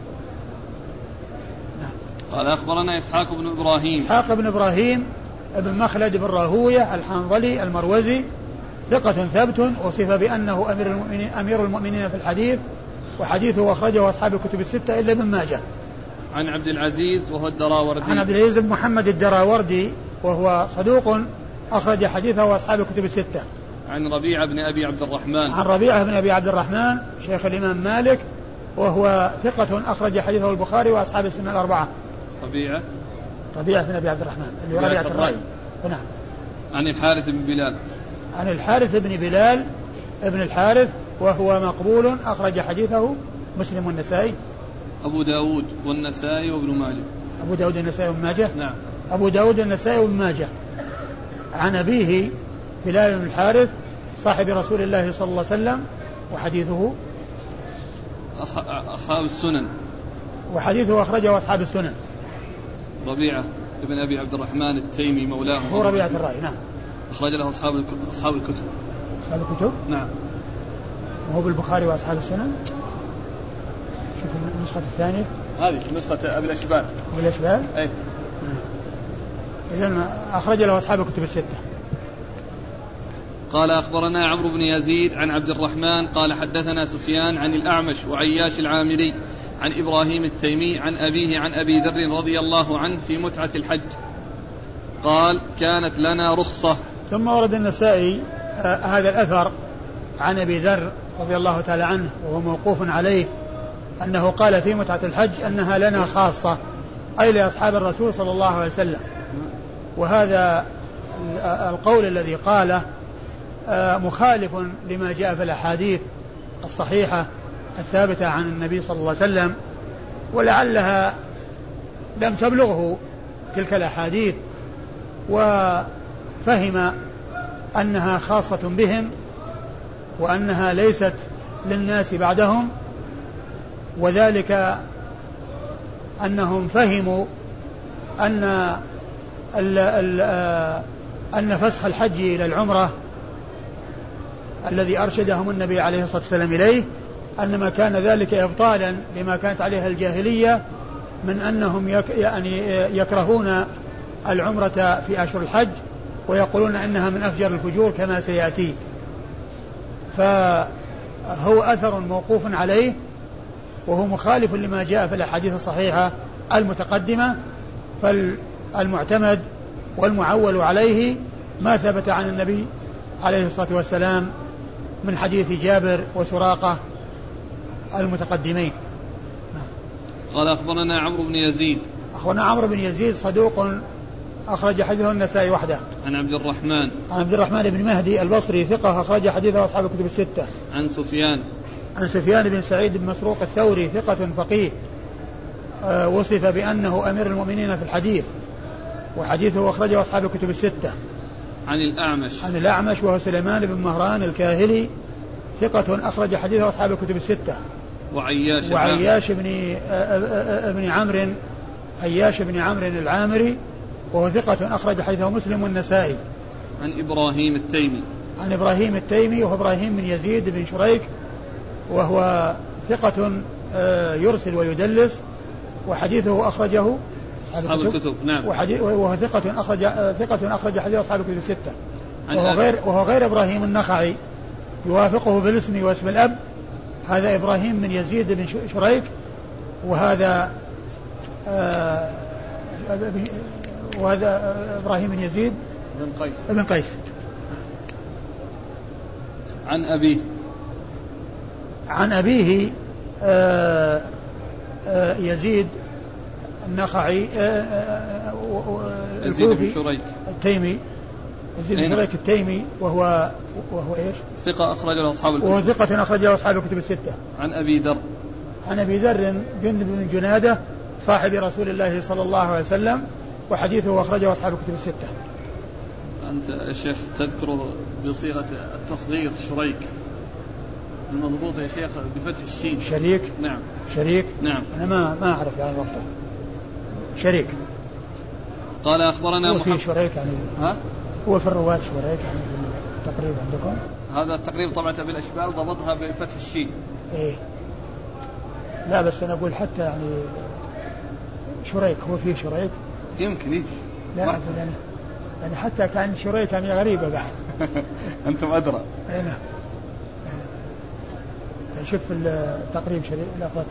قال أخبرنا إسحاق بن إبراهيم إسحاق بن إبراهيم ابن مخلد بن راهوية الحنظلي المروزي ثقة ثبت وصف بأنه أمير المؤمنين, أمير المؤمنين في الحديث، وحديثه أخرجه أصحاب الكتب الستة إلا ابن ماجه. عن عبد العزيز وهو الدراوردي عن عبد العزيز بن محمد الدراوردي وهو صدوق أخرج حديثه أصحاب الكتب الستة. عن ربيعة بن أبي عبد الرحمن عن ربيعة بن أبي عبد الرحمن شيخ الإمام مالك وهو ثقة أخرج حديثه البخاري وأصحاب السنة الأربعة. ربيعة ربيعة بن أبي عبد الرحمن اللي ربيعة الرأي. نعم. عن الحارث بن بلال. عن الحارث بن بلال ابن الحارث وهو مقبول أخرج حديثه مسلم والنسائي. أبو داود والنسائي وابن ماجه. أبو داود والنسائي وابن ماجه. نعم. أبو داود والنسائي وابن ماجه. عن أبيه بلال بن الحارث صاحب رسول الله صلى الله عليه وسلم وحديثه أصحاب السنن. وحديثه أخرجه أصحاب السنن. ربيعة ابن أبي عبد الرحمن التيمي مولاه. هو ربيعة الرأي. نعم. أخرج له أصحاب أصحاب الكتب. أصحاب الكتب. نعم. وهو بالبخاري وأصحاب السنن. شوف النسخة الثانية. هذه نسخة أبي الأشبال. أبي الأشبال. أي. إذن أخرج له أصحاب الكتب الستة. قال أخبرنا عمرو بن يزيد عن عبد الرحمن قال حدثنا سفيان عن الأعمش وعياش العامري عن إبراهيم التيمي عن أبيه عن أبي ذر رضي الله عنه في متعة الحج قال كانت لنا رخصة. ثم ورد النسائي آه هذا الأثر عن أبي ذر رضي الله تعالى عنه وهو موقوف عليه أنه قال في متعة الحج أنها لنا خاصة أي لأصحاب الرسول صلى الله عليه وسلم. وهذا القول الذي قاله مخالف لما جاء في الأحاديث الصحيحة الثابتة عن النبي صلى الله عليه وسلم ولعلها لم تبلغه تلك الأحاديث وفهم أنها خاصة بهم وأنها ليست للناس بعدهم وذلك أنهم فهموا أن ال ال أن فسخ الحج إلى العمرة الذي أرشدهم النبي عليه الصلاة والسلام إليه أنما كان ذلك إبطالا لما كانت عليها الجاهلية من أنهم يك يعني يكرهون العمرة في أشهر الحج ويقولون أنها من أفجر الفجور كما سيأتي. فهو أثر موقوف عليه وهو مخالف لما جاء في الأحاديث الصحيحة المتقدمة. فالمعتمد والمعول عليه ما ثبت عن النبي عليه الصلاة والسلام من حديث جابر وسراقة المتقدمين. قال أخبرنا عمرو بن يزيد. أخبرنا عمرو بن يزيد صدوق أخرج حديثه النسائي وحده. عن عبد الرحمن. عن عبد الرحمن بن مهدي البصري ثقة أخرج حديثه أصحاب الكتب الستة. عن سفيان. عن سفيان بن سعيد بن مسروق الثوري ثقة فقيه أه وصف بأنه أمير المؤمنين في الحديث وحديثه أخرجه أصحاب الكتب الستة. عن الأعمش. عن الأعمش وهو سليمان بن مهران الكاهلي ثقة أخرج حديثه أصحاب الكتب الستة. وعياش. وعياش بن ابن عمرو عياش بن عمرو العامري وهو ثقة أخرج حديثه مسلم والنسائي. عن إبراهيم التيمي. عن إبراهيم التيمي وهو إبراهيم بن يزيد بن شريك وهو ثقة يرسل ويدلس وحديثه أخرجه أصحاب الكتب. نعم. وهو ثقة أخرج ثقة أخرج حديث أصحاب الكتب الستة. وهو غير وهو غير إبراهيم النخعي يوافقه بالاسم واسم الأب. هذا إبراهيم بن يزيد بن شريك وهذا آه وهذا إبراهيم بن يزيد بن قيس. بن قيس. عن أبيه. عن أبيه آه آه يزيد النخعي آه يزيد بن شريك التيمي يزيد بن شريك التيمي وهو وهو ايش؟ ثقة أخرج له أصحاب الكتب. وهو ثقة أخرج له أصحاب الكتب الستة. عن أبي ذر. عن أبي ذر جندب بن جنادة صاحب رسول الله صلى الله عليه وسلم وحديثه أخرجه أصحاب الكتب الستة. أنت يا شيخ تذكر بصيغة التصغير شريك المضبوط يا شيخ بفتح الشين. شريك. نعم. شريك. نعم. أنا ما ما أعرف يعني ضبطه. شريك. قال أخبرنا هو في شريك يعني. ها؟ هو في الرواة شريك يعني تقريبا عندكم. هذا التقريب طبعا أبي الأشبال ضبطها بفتح الشين. إيه. لا بس أنا أقول حتى يعني شريك هو فيه شريك. يمكن يجي. لا أدري أنا. يعني حتى كان شريك يعني غريبة بعد. أنتم أدرى. أي نعم. شوف التقريب شريك لفظة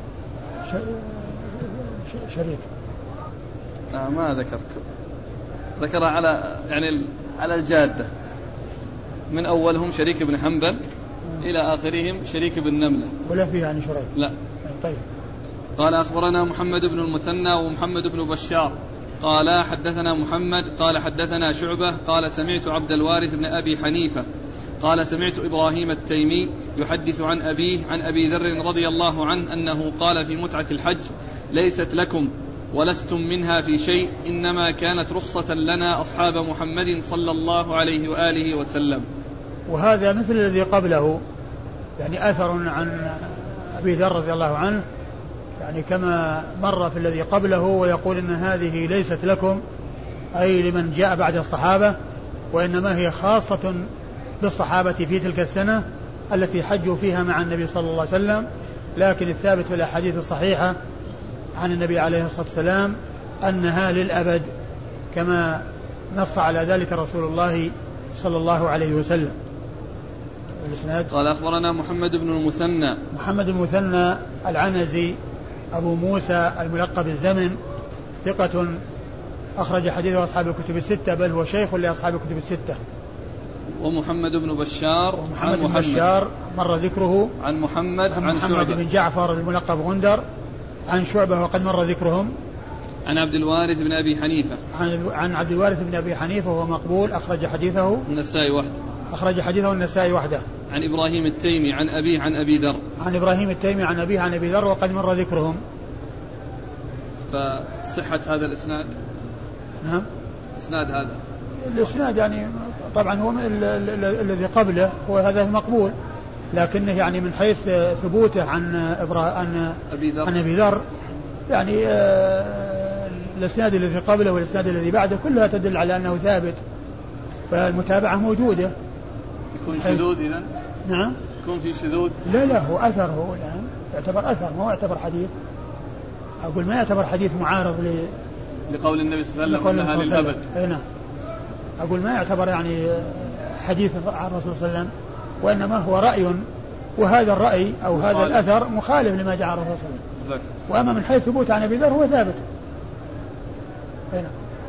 شريك. آه ما ذكرك. ذكرها على يعني على الجادة من أولهم شريك بن حنبل م. إلى آخرهم شريك بن نملة. ولا في يعني شريك. لا. طيب. قال أخبرنا محمد بن المثنى ومحمد بن بشار قال حدثنا محمد قال حدثنا شعبة قال سمعت عبد الوارث بن أبي حنيفة قال سمعت إبراهيم التيمي يحدث عن أبيه عن أبي ذر رضي الله عنه أنه قال في متعة الحج ليست لكم ولستم منها في شيء إنما كانت رخصة لنا أصحاب محمد صلى الله عليه وآله وسلم. وهذا مثل الذي قبله، يعني أثر عن أبي ذر رضي الله عنه يعني كما مر في الذي قبله، ويقول إن هذه ليست لكم أي لمن جاء بعد الصحابة، وإنما هي خاصة بالصحابة في تلك السنة التي حجوا فيها مع النبي صلى الله عليه وسلم. لكن الثابت في الأحاديث الصحيحة عن النبي عليه الصلاة والسلام أنها للأبد كما نص على ذلك رسول الله صلى الله عليه وسلم. قال أخبرنا محمد بن المثنى محمد بن المثنى العنزي أبو موسى الملقب الزمن ثقة أخرج حديثه أصحاب الكتب الستة، بل هو شيخ لأصحاب الكتب الستة. ومحمد بن بشار ومحمد بن بشار مر ذكره عن محمد عن, عن محمد شعبة بن جعفر الملقب غندر عن شعبة وقد مر ذكرهم. عن عبد الوارث بن أبي حنيفة عن, عن عبد الوارث بن أبي حنيفة وهو مقبول أخرج حديثه النسائي وحده أخرج حديثه النسائي وحده. عن إبراهيم التيمي عن أبيه عن أبي ذر عن إبراهيم التيمي عن أبيه عن أبي ذر وقد مر ذكرهم. فصحة هذا الإسناد نعم إسناد هذا الإسناد يعني طبعا هو الذي قبله هو هذا مقبول، لكنه يعني من حيث ثبوته عن عن أبي ذر عن أبي ذر يعني آه الإسناد الذي قبله والإسناد الذي بعده كلها تدل على أنه ثابت، فالمتابعة موجودة. يكون شذوذ إذن؟ نعم يكون في شذوذ؟ لا لا هو أثر، هو الآن يعتبر أثر ما هو يعتبر حديث. أقول ما يعتبر حديث معارض ل... لقول النبي صلى الله عليه وسلم أنها للأبد. نعم أقول ما يعتبر يعني حديث عن الرسول صلى الله عليه وسلم، وإنما هو رأي، وهذا الرأي أو مخالف. هذا الأثر مخالف لما جاء عن الرسول صلى الله عليه وسلم. وأما من حيث ثبوت عن أبي ذر هو ثابت. هنا.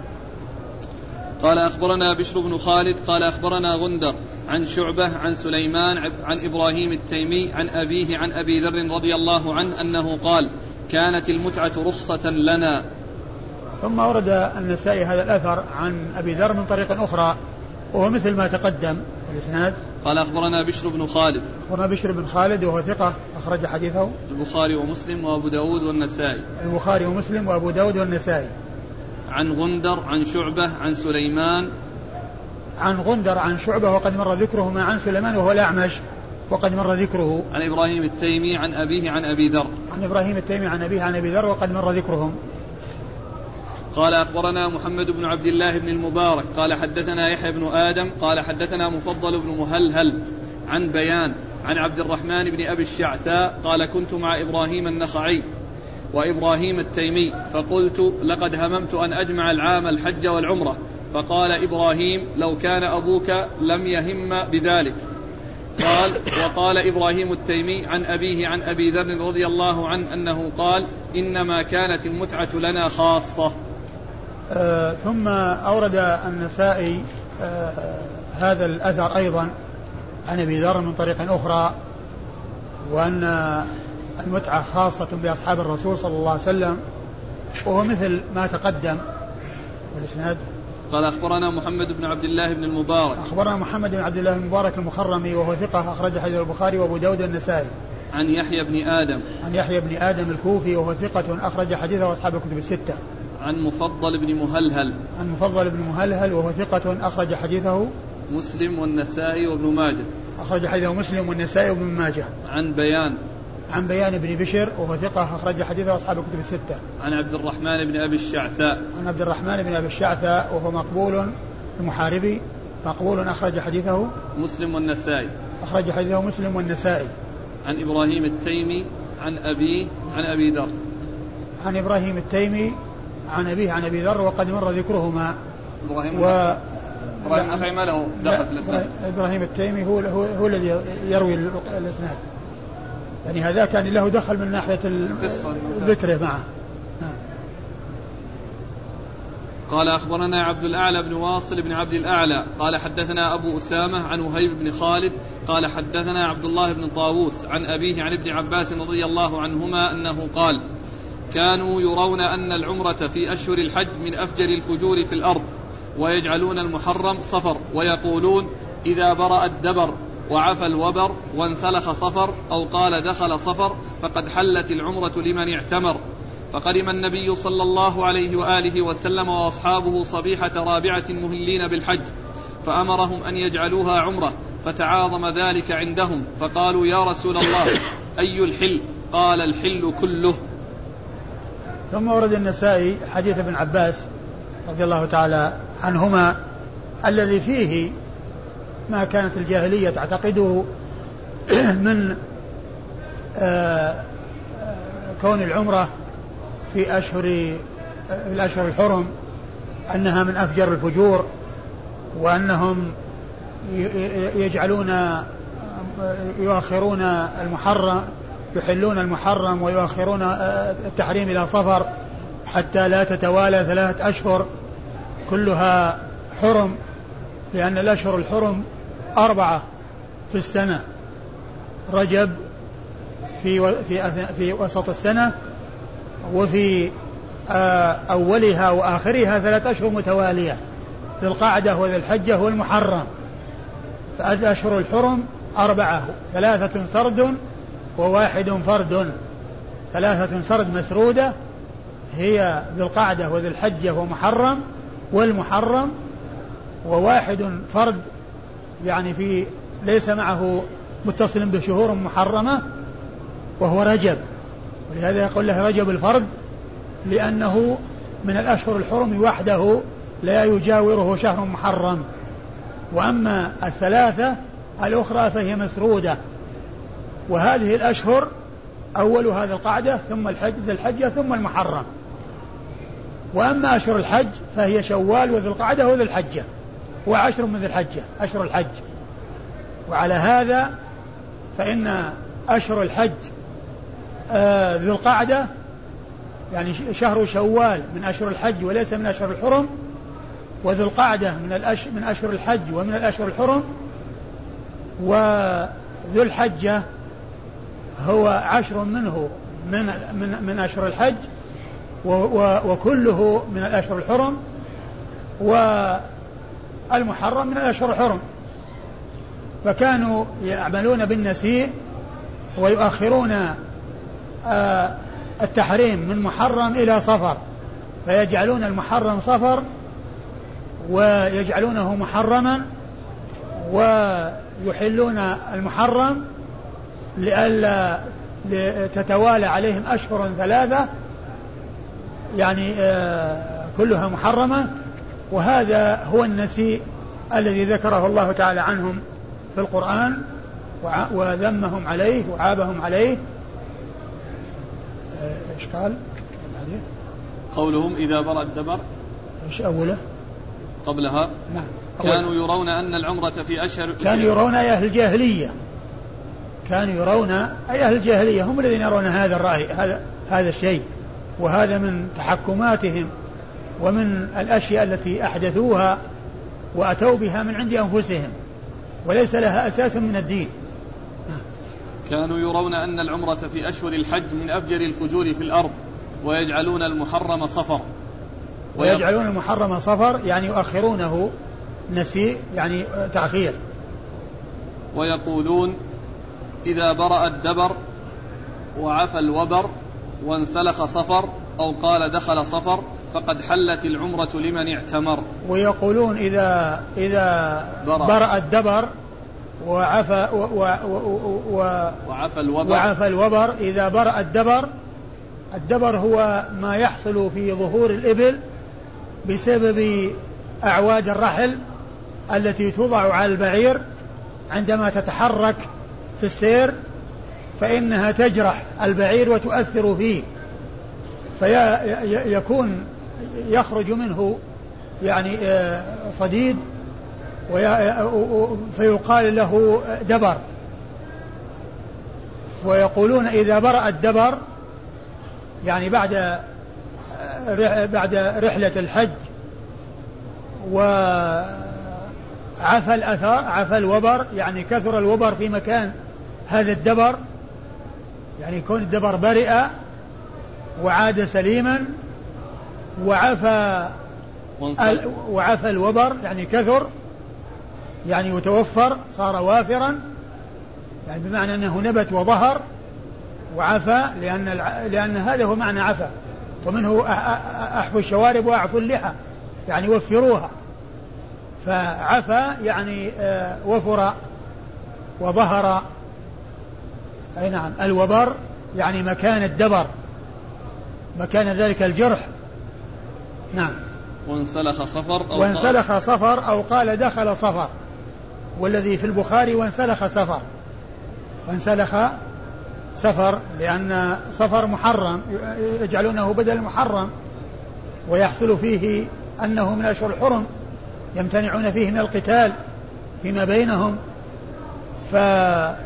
قال أخبرنا بشر بن خالد قال أخبرنا غندر عن شعبة عن سليمان عن إبراهيم التيمي عن أبيه عن أبي ذر رضي الله عنه أنه قال كانت المتعة رخصة لنا. ثم ورد النسائي هذا الأثر عن أبي ذر من طريق أخرى وهو مثل ما تقدم الإسناد. قال أخبرنا بشر بن خالد أخبرنا بشر بن خالد وهو ثقة أخرج حديثه البخاري ومسلم وأبو داود والنسائي البخاري ومسلم وأبو داود والنسائي. عن غندر عن شعبة عن سليمان عن غندر عن شعبة وقد مر ذكرهما عن سليمان وهو الأعمش وقد مر ذكره. عن إبراهيم التيمي عن أبيه عن أبي ذر عن إبراهيم التيمي عن أبيه عن أبي ذر وقد مر ذكرهم. قال أخبرنا محمد بن عبد الله بن المبارك قال حدثنا يحيى بن آدم قال حدثنا مفضل بن مهلهل عن بيان عن عبد الرحمن بن أبي الشعثاء قال كنت مع إبراهيم النخعي وإبراهيم التيمي فقلت لقد هممت أن أجمع العام الحج والعمرة، فقال إبراهيم لو كان أبوك لم يهم بذلك. قال وقال إبراهيم التيمي عن أبيه عن أبي ذر رضي الله عنه أنه قال إنما كانت المتعة لنا خاصة. آه ثم أورد النسائي آه هذا الأثر أيضا عن أبي ذر من طريق أخرى، وأن المتعة خاصة بأصحاب الرسول صلى الله عليه وسلم، وهو مثل ما تقدم. والإسناد قال أخبرنا محمد بن عبد الله بن المبارك أخبرنا محمد بن عبد الله بن المبارك المخرمي وهو ثقة أخرج حديث البخاري وأبو داود والنسائي. عن يحيى بن آدم عن يحيى بن آدم الكوفي وهو ثقة أخرج حديثه أصحاب الكتب الستة. عن مفضل بن مهلهل عن مفضل بن مهلهل وهو ثقة أخرج حديثه مسلم والنسائي وابن ماجه أخرج حديثه مسلم والنسائي وابن ماجه. عن بيان عن بيان بن بشر وهو ثقة أخرج حديثه أصحاب الكتب الستة. عن عبد الرحمن بن أبي الشعثاء عن عبد الرحمن بن أبي الشعثاء وهو مقبول المحاربي مقبول أخرج حديثه مسلم والنسائي أخرج حديثه مسلم والنسائي. عن إبراهيم التيمي عن أبيه عن أبي ذر عن إبراهيم التيمي عن أبيه عن أبي ذر وقد مر ذكرهما. إبراهيم و... إبراهيم النخعي ما له دخل في الإسناد. إبراهيم التيمي هو هو, هو الذي يروي الإسناد، يعني هذا كان له دخل من ناحية ذكره معه. قال أخبرنا عبد الأعلى بن واصل بن عبد الأعلى قال حدثنا أبو أسامة عن وهيب بن خالد قال حدثنا عبد الله بن طاووس عن أبيه عن ابن عباس رضي الله عنهما أنه قال كانوا يرون أن العمرة في أشهر الحج من أفجر الفجور في الأرض ويجعلون المحرم صفر ويقولون إذا برأ الدبر وعفى الوبر وانسلخ صفر أو قال دخل صفر فقد حلت العمرة لمن اعتمر. فقدم النبي صلى الله عليه وآله وسلم وأصحابه صبيحة رابعة مهلين بالحج فأمرهم أن يجعلوها عمرة فتعاظم ذلك عندهم فقالوا يا رسول الله أي الحل؟ قال الحل كله. ثم ورد النسائي حديث ابن عباس رضي الله تعالى عنهما الذي فيه ما كانت الجاهلية تعتقده من كون العمرة في أشهر الأشهر الحرم أنها من أفجر الفجور وأنهم يجعلون يؤخرون المحرم يحلون المحرم ويؤخرون التحريم إلى صفر حتى لا تتوالى ثلاثة أشهر كلها حرم، لأن الأشهر الحرم أربعة في السنة: رجب في في في وسط السنة، وفي أولها وآخرها ثلاثة أشهر متوالية: ذي القعدة وذي الحجة والمحرم. فالأشهر الحرم أربعة: ثلاثة سرد وواحد فرد. ثلاثة سرد مسرودة هي ذي القعدة وذي الحجة ومحرم والمحرم، وواحد فرد يعني في ليس معه متصل بشهور محرمة وهو رجب، ولهذا يقول له رجب الفرد لأنه من الأشهر الحرم وحده لا يجاوره شهر محرم. وأما الثلاثة الأخرى فهي مسرودة، وهذه الأشهر أولها ذي القعدة ثم الحج ذي الحجة ثم المحرم. وأما أشهر الحج فهي شوال وذي القعدة وذي الحجة وعشر من ذي الحجة أشهر الحج. وعلى هذا فإن أشهر الحج آه ذي القعدة يعني شهر شوال من أشهر الحج وليس من أشهر الحرم، وذي القعدة من الأش من أشهر الحج ومن الأشهر الحرم، وذو الحجة هو عشر منه من من من أشهر الحج وكله من الأشهر الحرم، والمحرم من الأشهر الحرم. فكانوا يعملون بالنسيء ويؤخرون التحريم من محرم إلى صفر، فيجعلون المحرم صفر ويجعلونه محرما ويحلون المحرم لئلا تتوالى عليهم أشهر ثلاثة يعني كلها محرمة. وهذا هو النسيء الذي ذكره الله تعالى عنهم في القرآن وذمهم عليه وعابهم عليه. ايش قال؟ قولهم إذا برأ الدبر ايش أوله؟ قبلها نعم. كانوا يرون أن العمرة في أشهر كانوا يرون أي أهل الجاهلية كانوا يرون أي أهل الجاهلية هم الذين يرون هذا الرأي هذا هذا الشيء، وهذا من تحكماتهم ومن الأشياء التي أحدثوها وأتوا بها من عند أنفسهم وليس لها أساس من الدين. كانوا يرون أن العمرة في أشهر الحج من أفجر الفجور في الأرض ويجعلون المحرم صفر ويجعلون المحرم صفر يعني يؤخرونه نسيء يعني تأخير. ويقولون إذا برأ الدبر وعفى الوبر وانسلخ صفر أو قال دخل صفر فقد حلت العمرة لمن اعتمر. ويقولون إذا إذا برأ, برأ الدبر وعفى و و و و وعفى الوبر وعفى الوبر إذا برأ الدبر. الدبر هو ما يحصل في ظهور الإبل بسبب أعواد الرحل التي توضع على البعير عندما تتحرك في السير، فإنها تجرح البعير وتؤثر فيه فيكون يخرج منه يعني صديد فيقال له دبر. ويقولون إذا برأ الدبر يعني بعد بعد رحلة الحج وعفى الأثر عفى الوبر يعني كثر الوبر في مكان هذا الدبر، يعني يكون الدبر برئ وعاد سليما وعفى وعفى الوبر يعني كثر يعني وتوفر صار وافرا يعني بمعنى أنه نبت وظهر وعفى لأن, لأن هذا هو معنى عفى ومنه أحفوا الشوارب وأعفوا اللحى يعني وفروها فعفى يعني وفر وظهر أي نعم الوبر يعني مكان الدبر مكان ذلك الجرح نعم وانسلخ صفر أو وانسلخ صفر أو قال دخل صفر والذي في البخاري وانسلخ صفر وانسلخ سفر لأن صفر محرم يجعلونه بدل محرم ويحصل فيه أنه من أشهر الحرم يمتنعون فيه من القتال فيما بينهم فإذا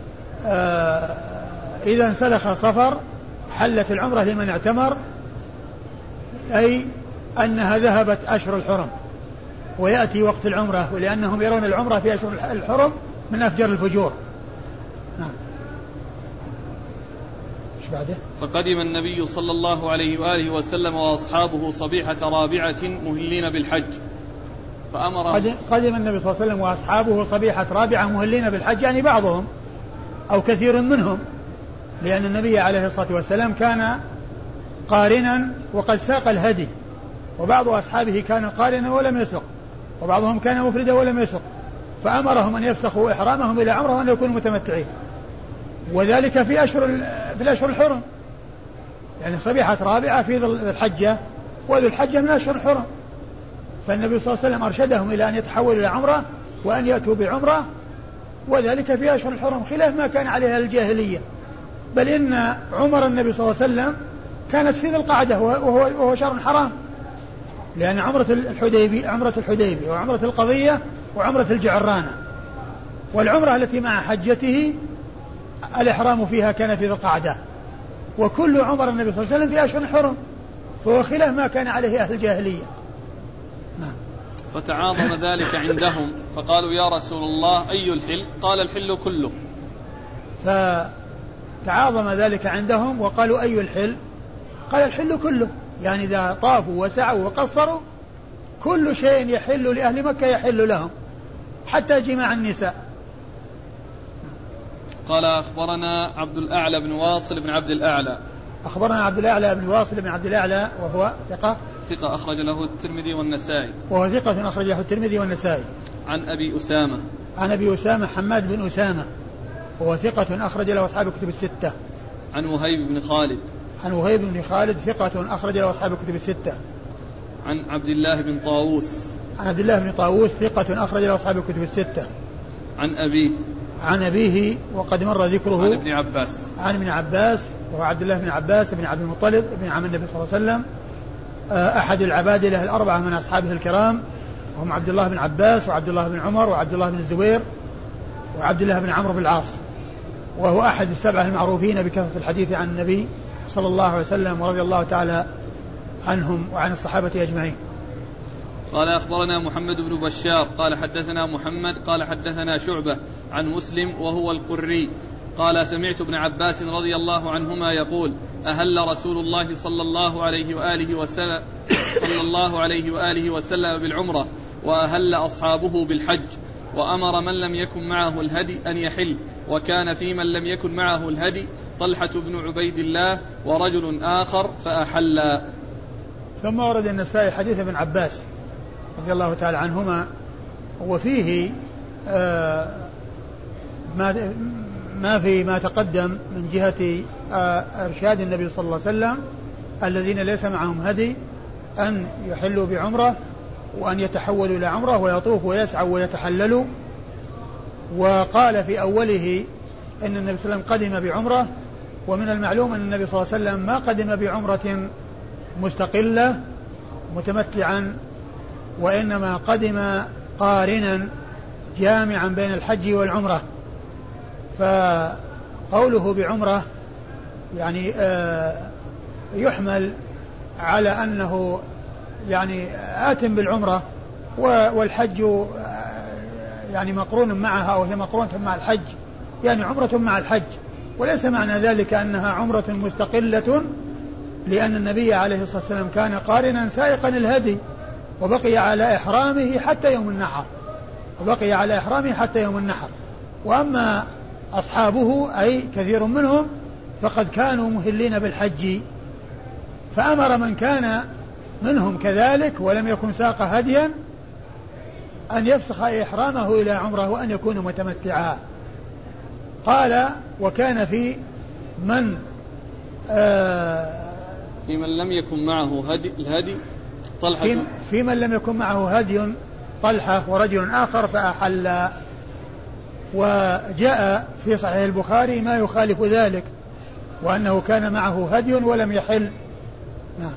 انسلخ صفر حلت العمرة لمن اعتمر أي أنها ذهبت أشهر الحرم ويأتي وقت العمرة ولأنهم يرون العمرة في أشهر الحرم من أفجر الفجور نعم. بعده فقدم النبي صلى الله عليه وآله وسلم وأصحابه صبيحة رابعة مهلين بالحج فأمر قدم النبي صلى الله عليه وسلم وأصحابه صبيحة رابعة مهلين بالحج يعني بعضهم أو كثير منهم لأن النبي عليه الصلاة والسلام كان قارنا وقد ساق الهدي وبعض أصحابه كان قارنا ولم يسق وبعضهم كان مفردا ولم يسق فأمرهم أن يفسخوا إحرامهم إلى عمره وأن يكونوا متمتعين وذلك في أشهر في الأشهر الحرم يعني صبيحة رابعة في ذي الحجة وذي الحجة من أشهر الحرم فالنبي صلى الله عليه وسلم أرشدهم إلى أن يتحولوا إلى عمرة وأن يأتوا بعمرة وذلك في أشهر الحرم خلاف ما كان عليها الجاهلية بل إن عمر النبي صلى الله عليه وسلم كانت في ذي القعدة وهو, وهو شهر حرام لأن عمرة الحديبية عمرة الحديبية وعمرة القضية وعمرة الجعرانة والعمرة التي مع حجته الإحرام فيها كان في ذي القعدة وكل عمر النبي صلى الله عليه وسلم في أشهر الحرم فهو خلاف ما كان عليه أهل الجاهلية نعم. فتعاظم ذلك عندهم فقالوا يا رسول الله أي الحل قال الحل كله فتعاظم ذلك عندهم وقالوا أي الحل قال الحل كله يعني إذا طافوا وسعوا وقصروا كل شيء يحل لأهل مكة يحل لهم حتى جماع النساء. قال أخبرنا عبد الأعلى بن واصل بن عبد الأعلى أخبرنا عبد الأعلى بن واصل بن عبد الأعلى وهو ثقة ثقة أخرج له الترمذي والنسائي وهو ثقة أخرج له الترمذي والنسائي عن أبي أسامة عن أبي أسامة حماد بن أسامة وهو ثقة أخرج له أصحاب الكتب الستة عن وهيب بن خالد عن وهيب بن خالد ثقة أخرج له أصحاب الكتب الستة عن عبد الله بن طاووس عن عبد الله بن طاووس ثقة أخرج له أصحاب الكتب الستة عن أبيه عن أبيه وقد مر ذكره عن ابن عباس عن ابن عباس وهو عبد الله بن عباس بن عبد المطلب بن عم النبي صلى الله عليه وسلم أحد العبادلة الأربعة من أصحابه الكرام وهم عبد الله بن عباس وعبد الله بن عمر وعبد الله بن الزبير وعبد الله بن عمرو بن العاص وهو أحد السبعة المعروفين بكثرة الحديث عن النبي صلى الله عليه وسلم ورضي الله تعالى عنهم وعن الصحابة أجمعين. قال أخبرنا محمد بن بشار قال حدثنا محمد قال حدثنا شعبة عن مسلم وهو القري قال سمعت ابن عباس رضي الله عنهما يقول أهل رسول الله صلى الله عليه وآله وسلم صلى الله عليه وآله وسلم بالعمرة وأهل أصحابه بالحج وأمر من لم يكن معه الهدي أن يحل وكان في من لم يكن معه الهدي طلحة بن عبيد الله ورجل آخر فأحلا. ثم ورد النسائي حديث ابن عباس رضي الله تعالى عنهما وفيه آه ما ما في ما تقدم من جهة آه إرشاد النبي صلى الله عليه وسلم الذين ليس معهم هدي أن يحلوا بعمرة وأن يتحولوا إلى عمرة ويطوفوا ويسعوا ويتحللوا. وقال في أوله أن النبي صلى الله عليه وسلم قدم بعمرة ومن المعلوم أن النبي صلى الله عليه وسلم ما قدم بعمرة مستقلة متمتعا وإنما قدم قارنا جامعا بين الحج والعمرة. فقوله بعمرة يعني آه يحمل على أنه يعني آتم بالعمرة والحج يعني مقرون معها أو هي مقرونة مع الحج يعني عمرة مع الحج وليس معنى ذلك أنها عمرة مستقلة لأن النبي عليه الصلاة والسلام كان قارنا سائقا الهدي وبقي على إحرامه حتى يوم النحر وبقي على إحرامه حتى يوم النحر. وأما أصحابه أي كثير منهم فقد كانوا مهلين بالحج، فأمر من كان منهم كذلك ولم يكن ساق هديا أن يفسخ إحرامه إلى عمره وأن يكون متمتعا. قال وكان في من آه في من لم يكن معه هدي الهدي طلحة في, في من لم يكن معه هدي طلحة ورجل آخر فأحل. وجاء في صحيح البخاري ما يخالف ذلك وأنه كان معه هدي ولم يحل. نعم.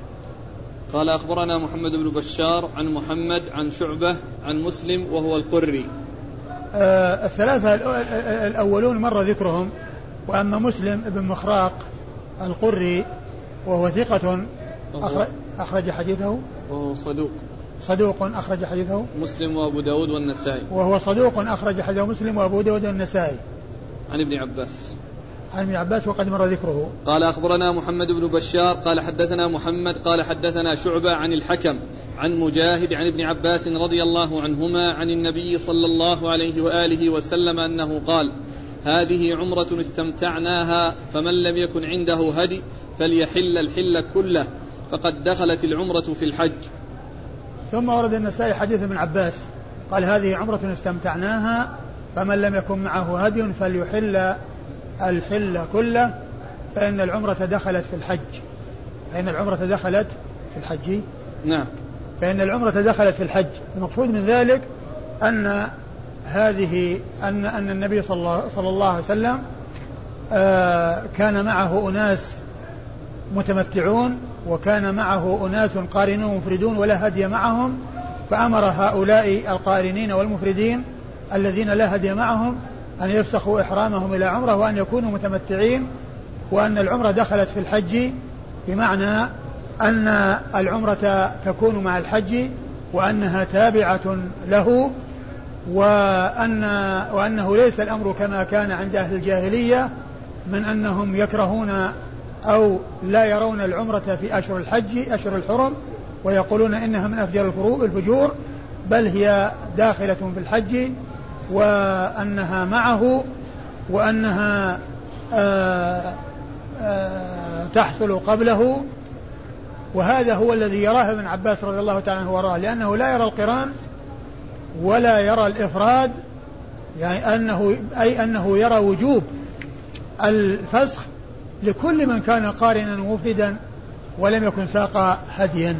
قال أخبرنا محمد بن بشار عن محمد عن شعبة عن مسلم وهو القري. آه الثلاثة الأولون مر ذكرهم، وأما مسلم بن مخراق القري وهو ثقة أخرج, أخرج حديثه وهو صدوق صدوق أخرج حديثه مسلم وأبو داود والنسائي وهو صدوق أخرج حديثه مسلم وأبو داود والنسائي عن ابن عباس عن ابن عباس وقد مر ذكره. قال أخبرنا محمد بن بشار قال حدثنا محمد قال حدثنا شعبة عن الحكم عن مجاهد عن ابن عباس رضي الله عنهما عن النبي صلى الله عليه وآله وسلم أنه قال: هذه عمرة استمتعناها فمن لم يكن عنده هدي فليحل الحل كله فقد دخلت العمرة في الحج. ثم ورد النسائي حديث ابن عباس قال: هذه عمرة استمتعناها فمن لم يكن معه هدي فليحل الحل كله فإن العمرة دخلت في الحج. فإن العمرة دخلت في الحج نعم فإن العمرة دخلت في الحج. المقصود من ذلك أن هذه أن أن النبي صلى الله, صلى الله عليه وسلم آه كان معه أناس متمتعون وكان معه أناس قارنون مفردون ولا هدي معهم، فأمر هؤلاء القارنين والمفردين الذين لا هدي معهم أن يفسخوا إحرامهم إلى عمرة وأن يكونوا متمتعين، وأن العمرة دخلت في الحج بمعنى أن العمرة تكون مع الحج وأنها تابعة له، وأن وأنه ليس الأمر كما كان عند أهل الجاهلية من أنهم يكرهون أو لا يرون العمرة في أشهر الحج أشهر الحرم ويقولون إنها من أفجر الفجور، بل هي داخلة في الحج وأنها معه وأنها آآ آآ تحصل قبله. وهذا هو الذي يراه ابن عباس رضي الله تعالى عنه وراه، لأنه لا يرى القران ولا يرى الإفراد، يعني أنه أي أنه يرى وجوب الفسخ لكل من كان قارنا مفردا ولم يكن ساق هديا.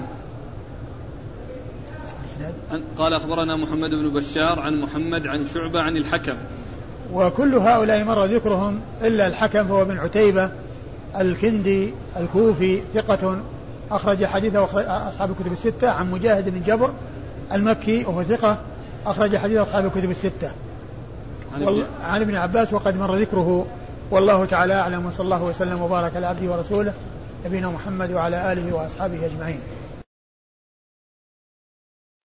قال أخبرنا محمد بن بشار عن محمد عن شعبة عن الحكم، وكل هؤلاء مر ذكرهم إلا الحكم فهو بن عتيبة الكندي الكوفي ثقة أخرج حديثه أصحاب الكتب الستة، عن مجاهد بن جبر المكي وهو ثقة أخرج حديث أصحاب الكتب الستة عن ابن عباس وقد مر ذكره. والله تعالى أعلم، وصلى الله وسلم وبارك على عبده ورسوله نبينا محمد وعلى آله وأصحابه أجمعين.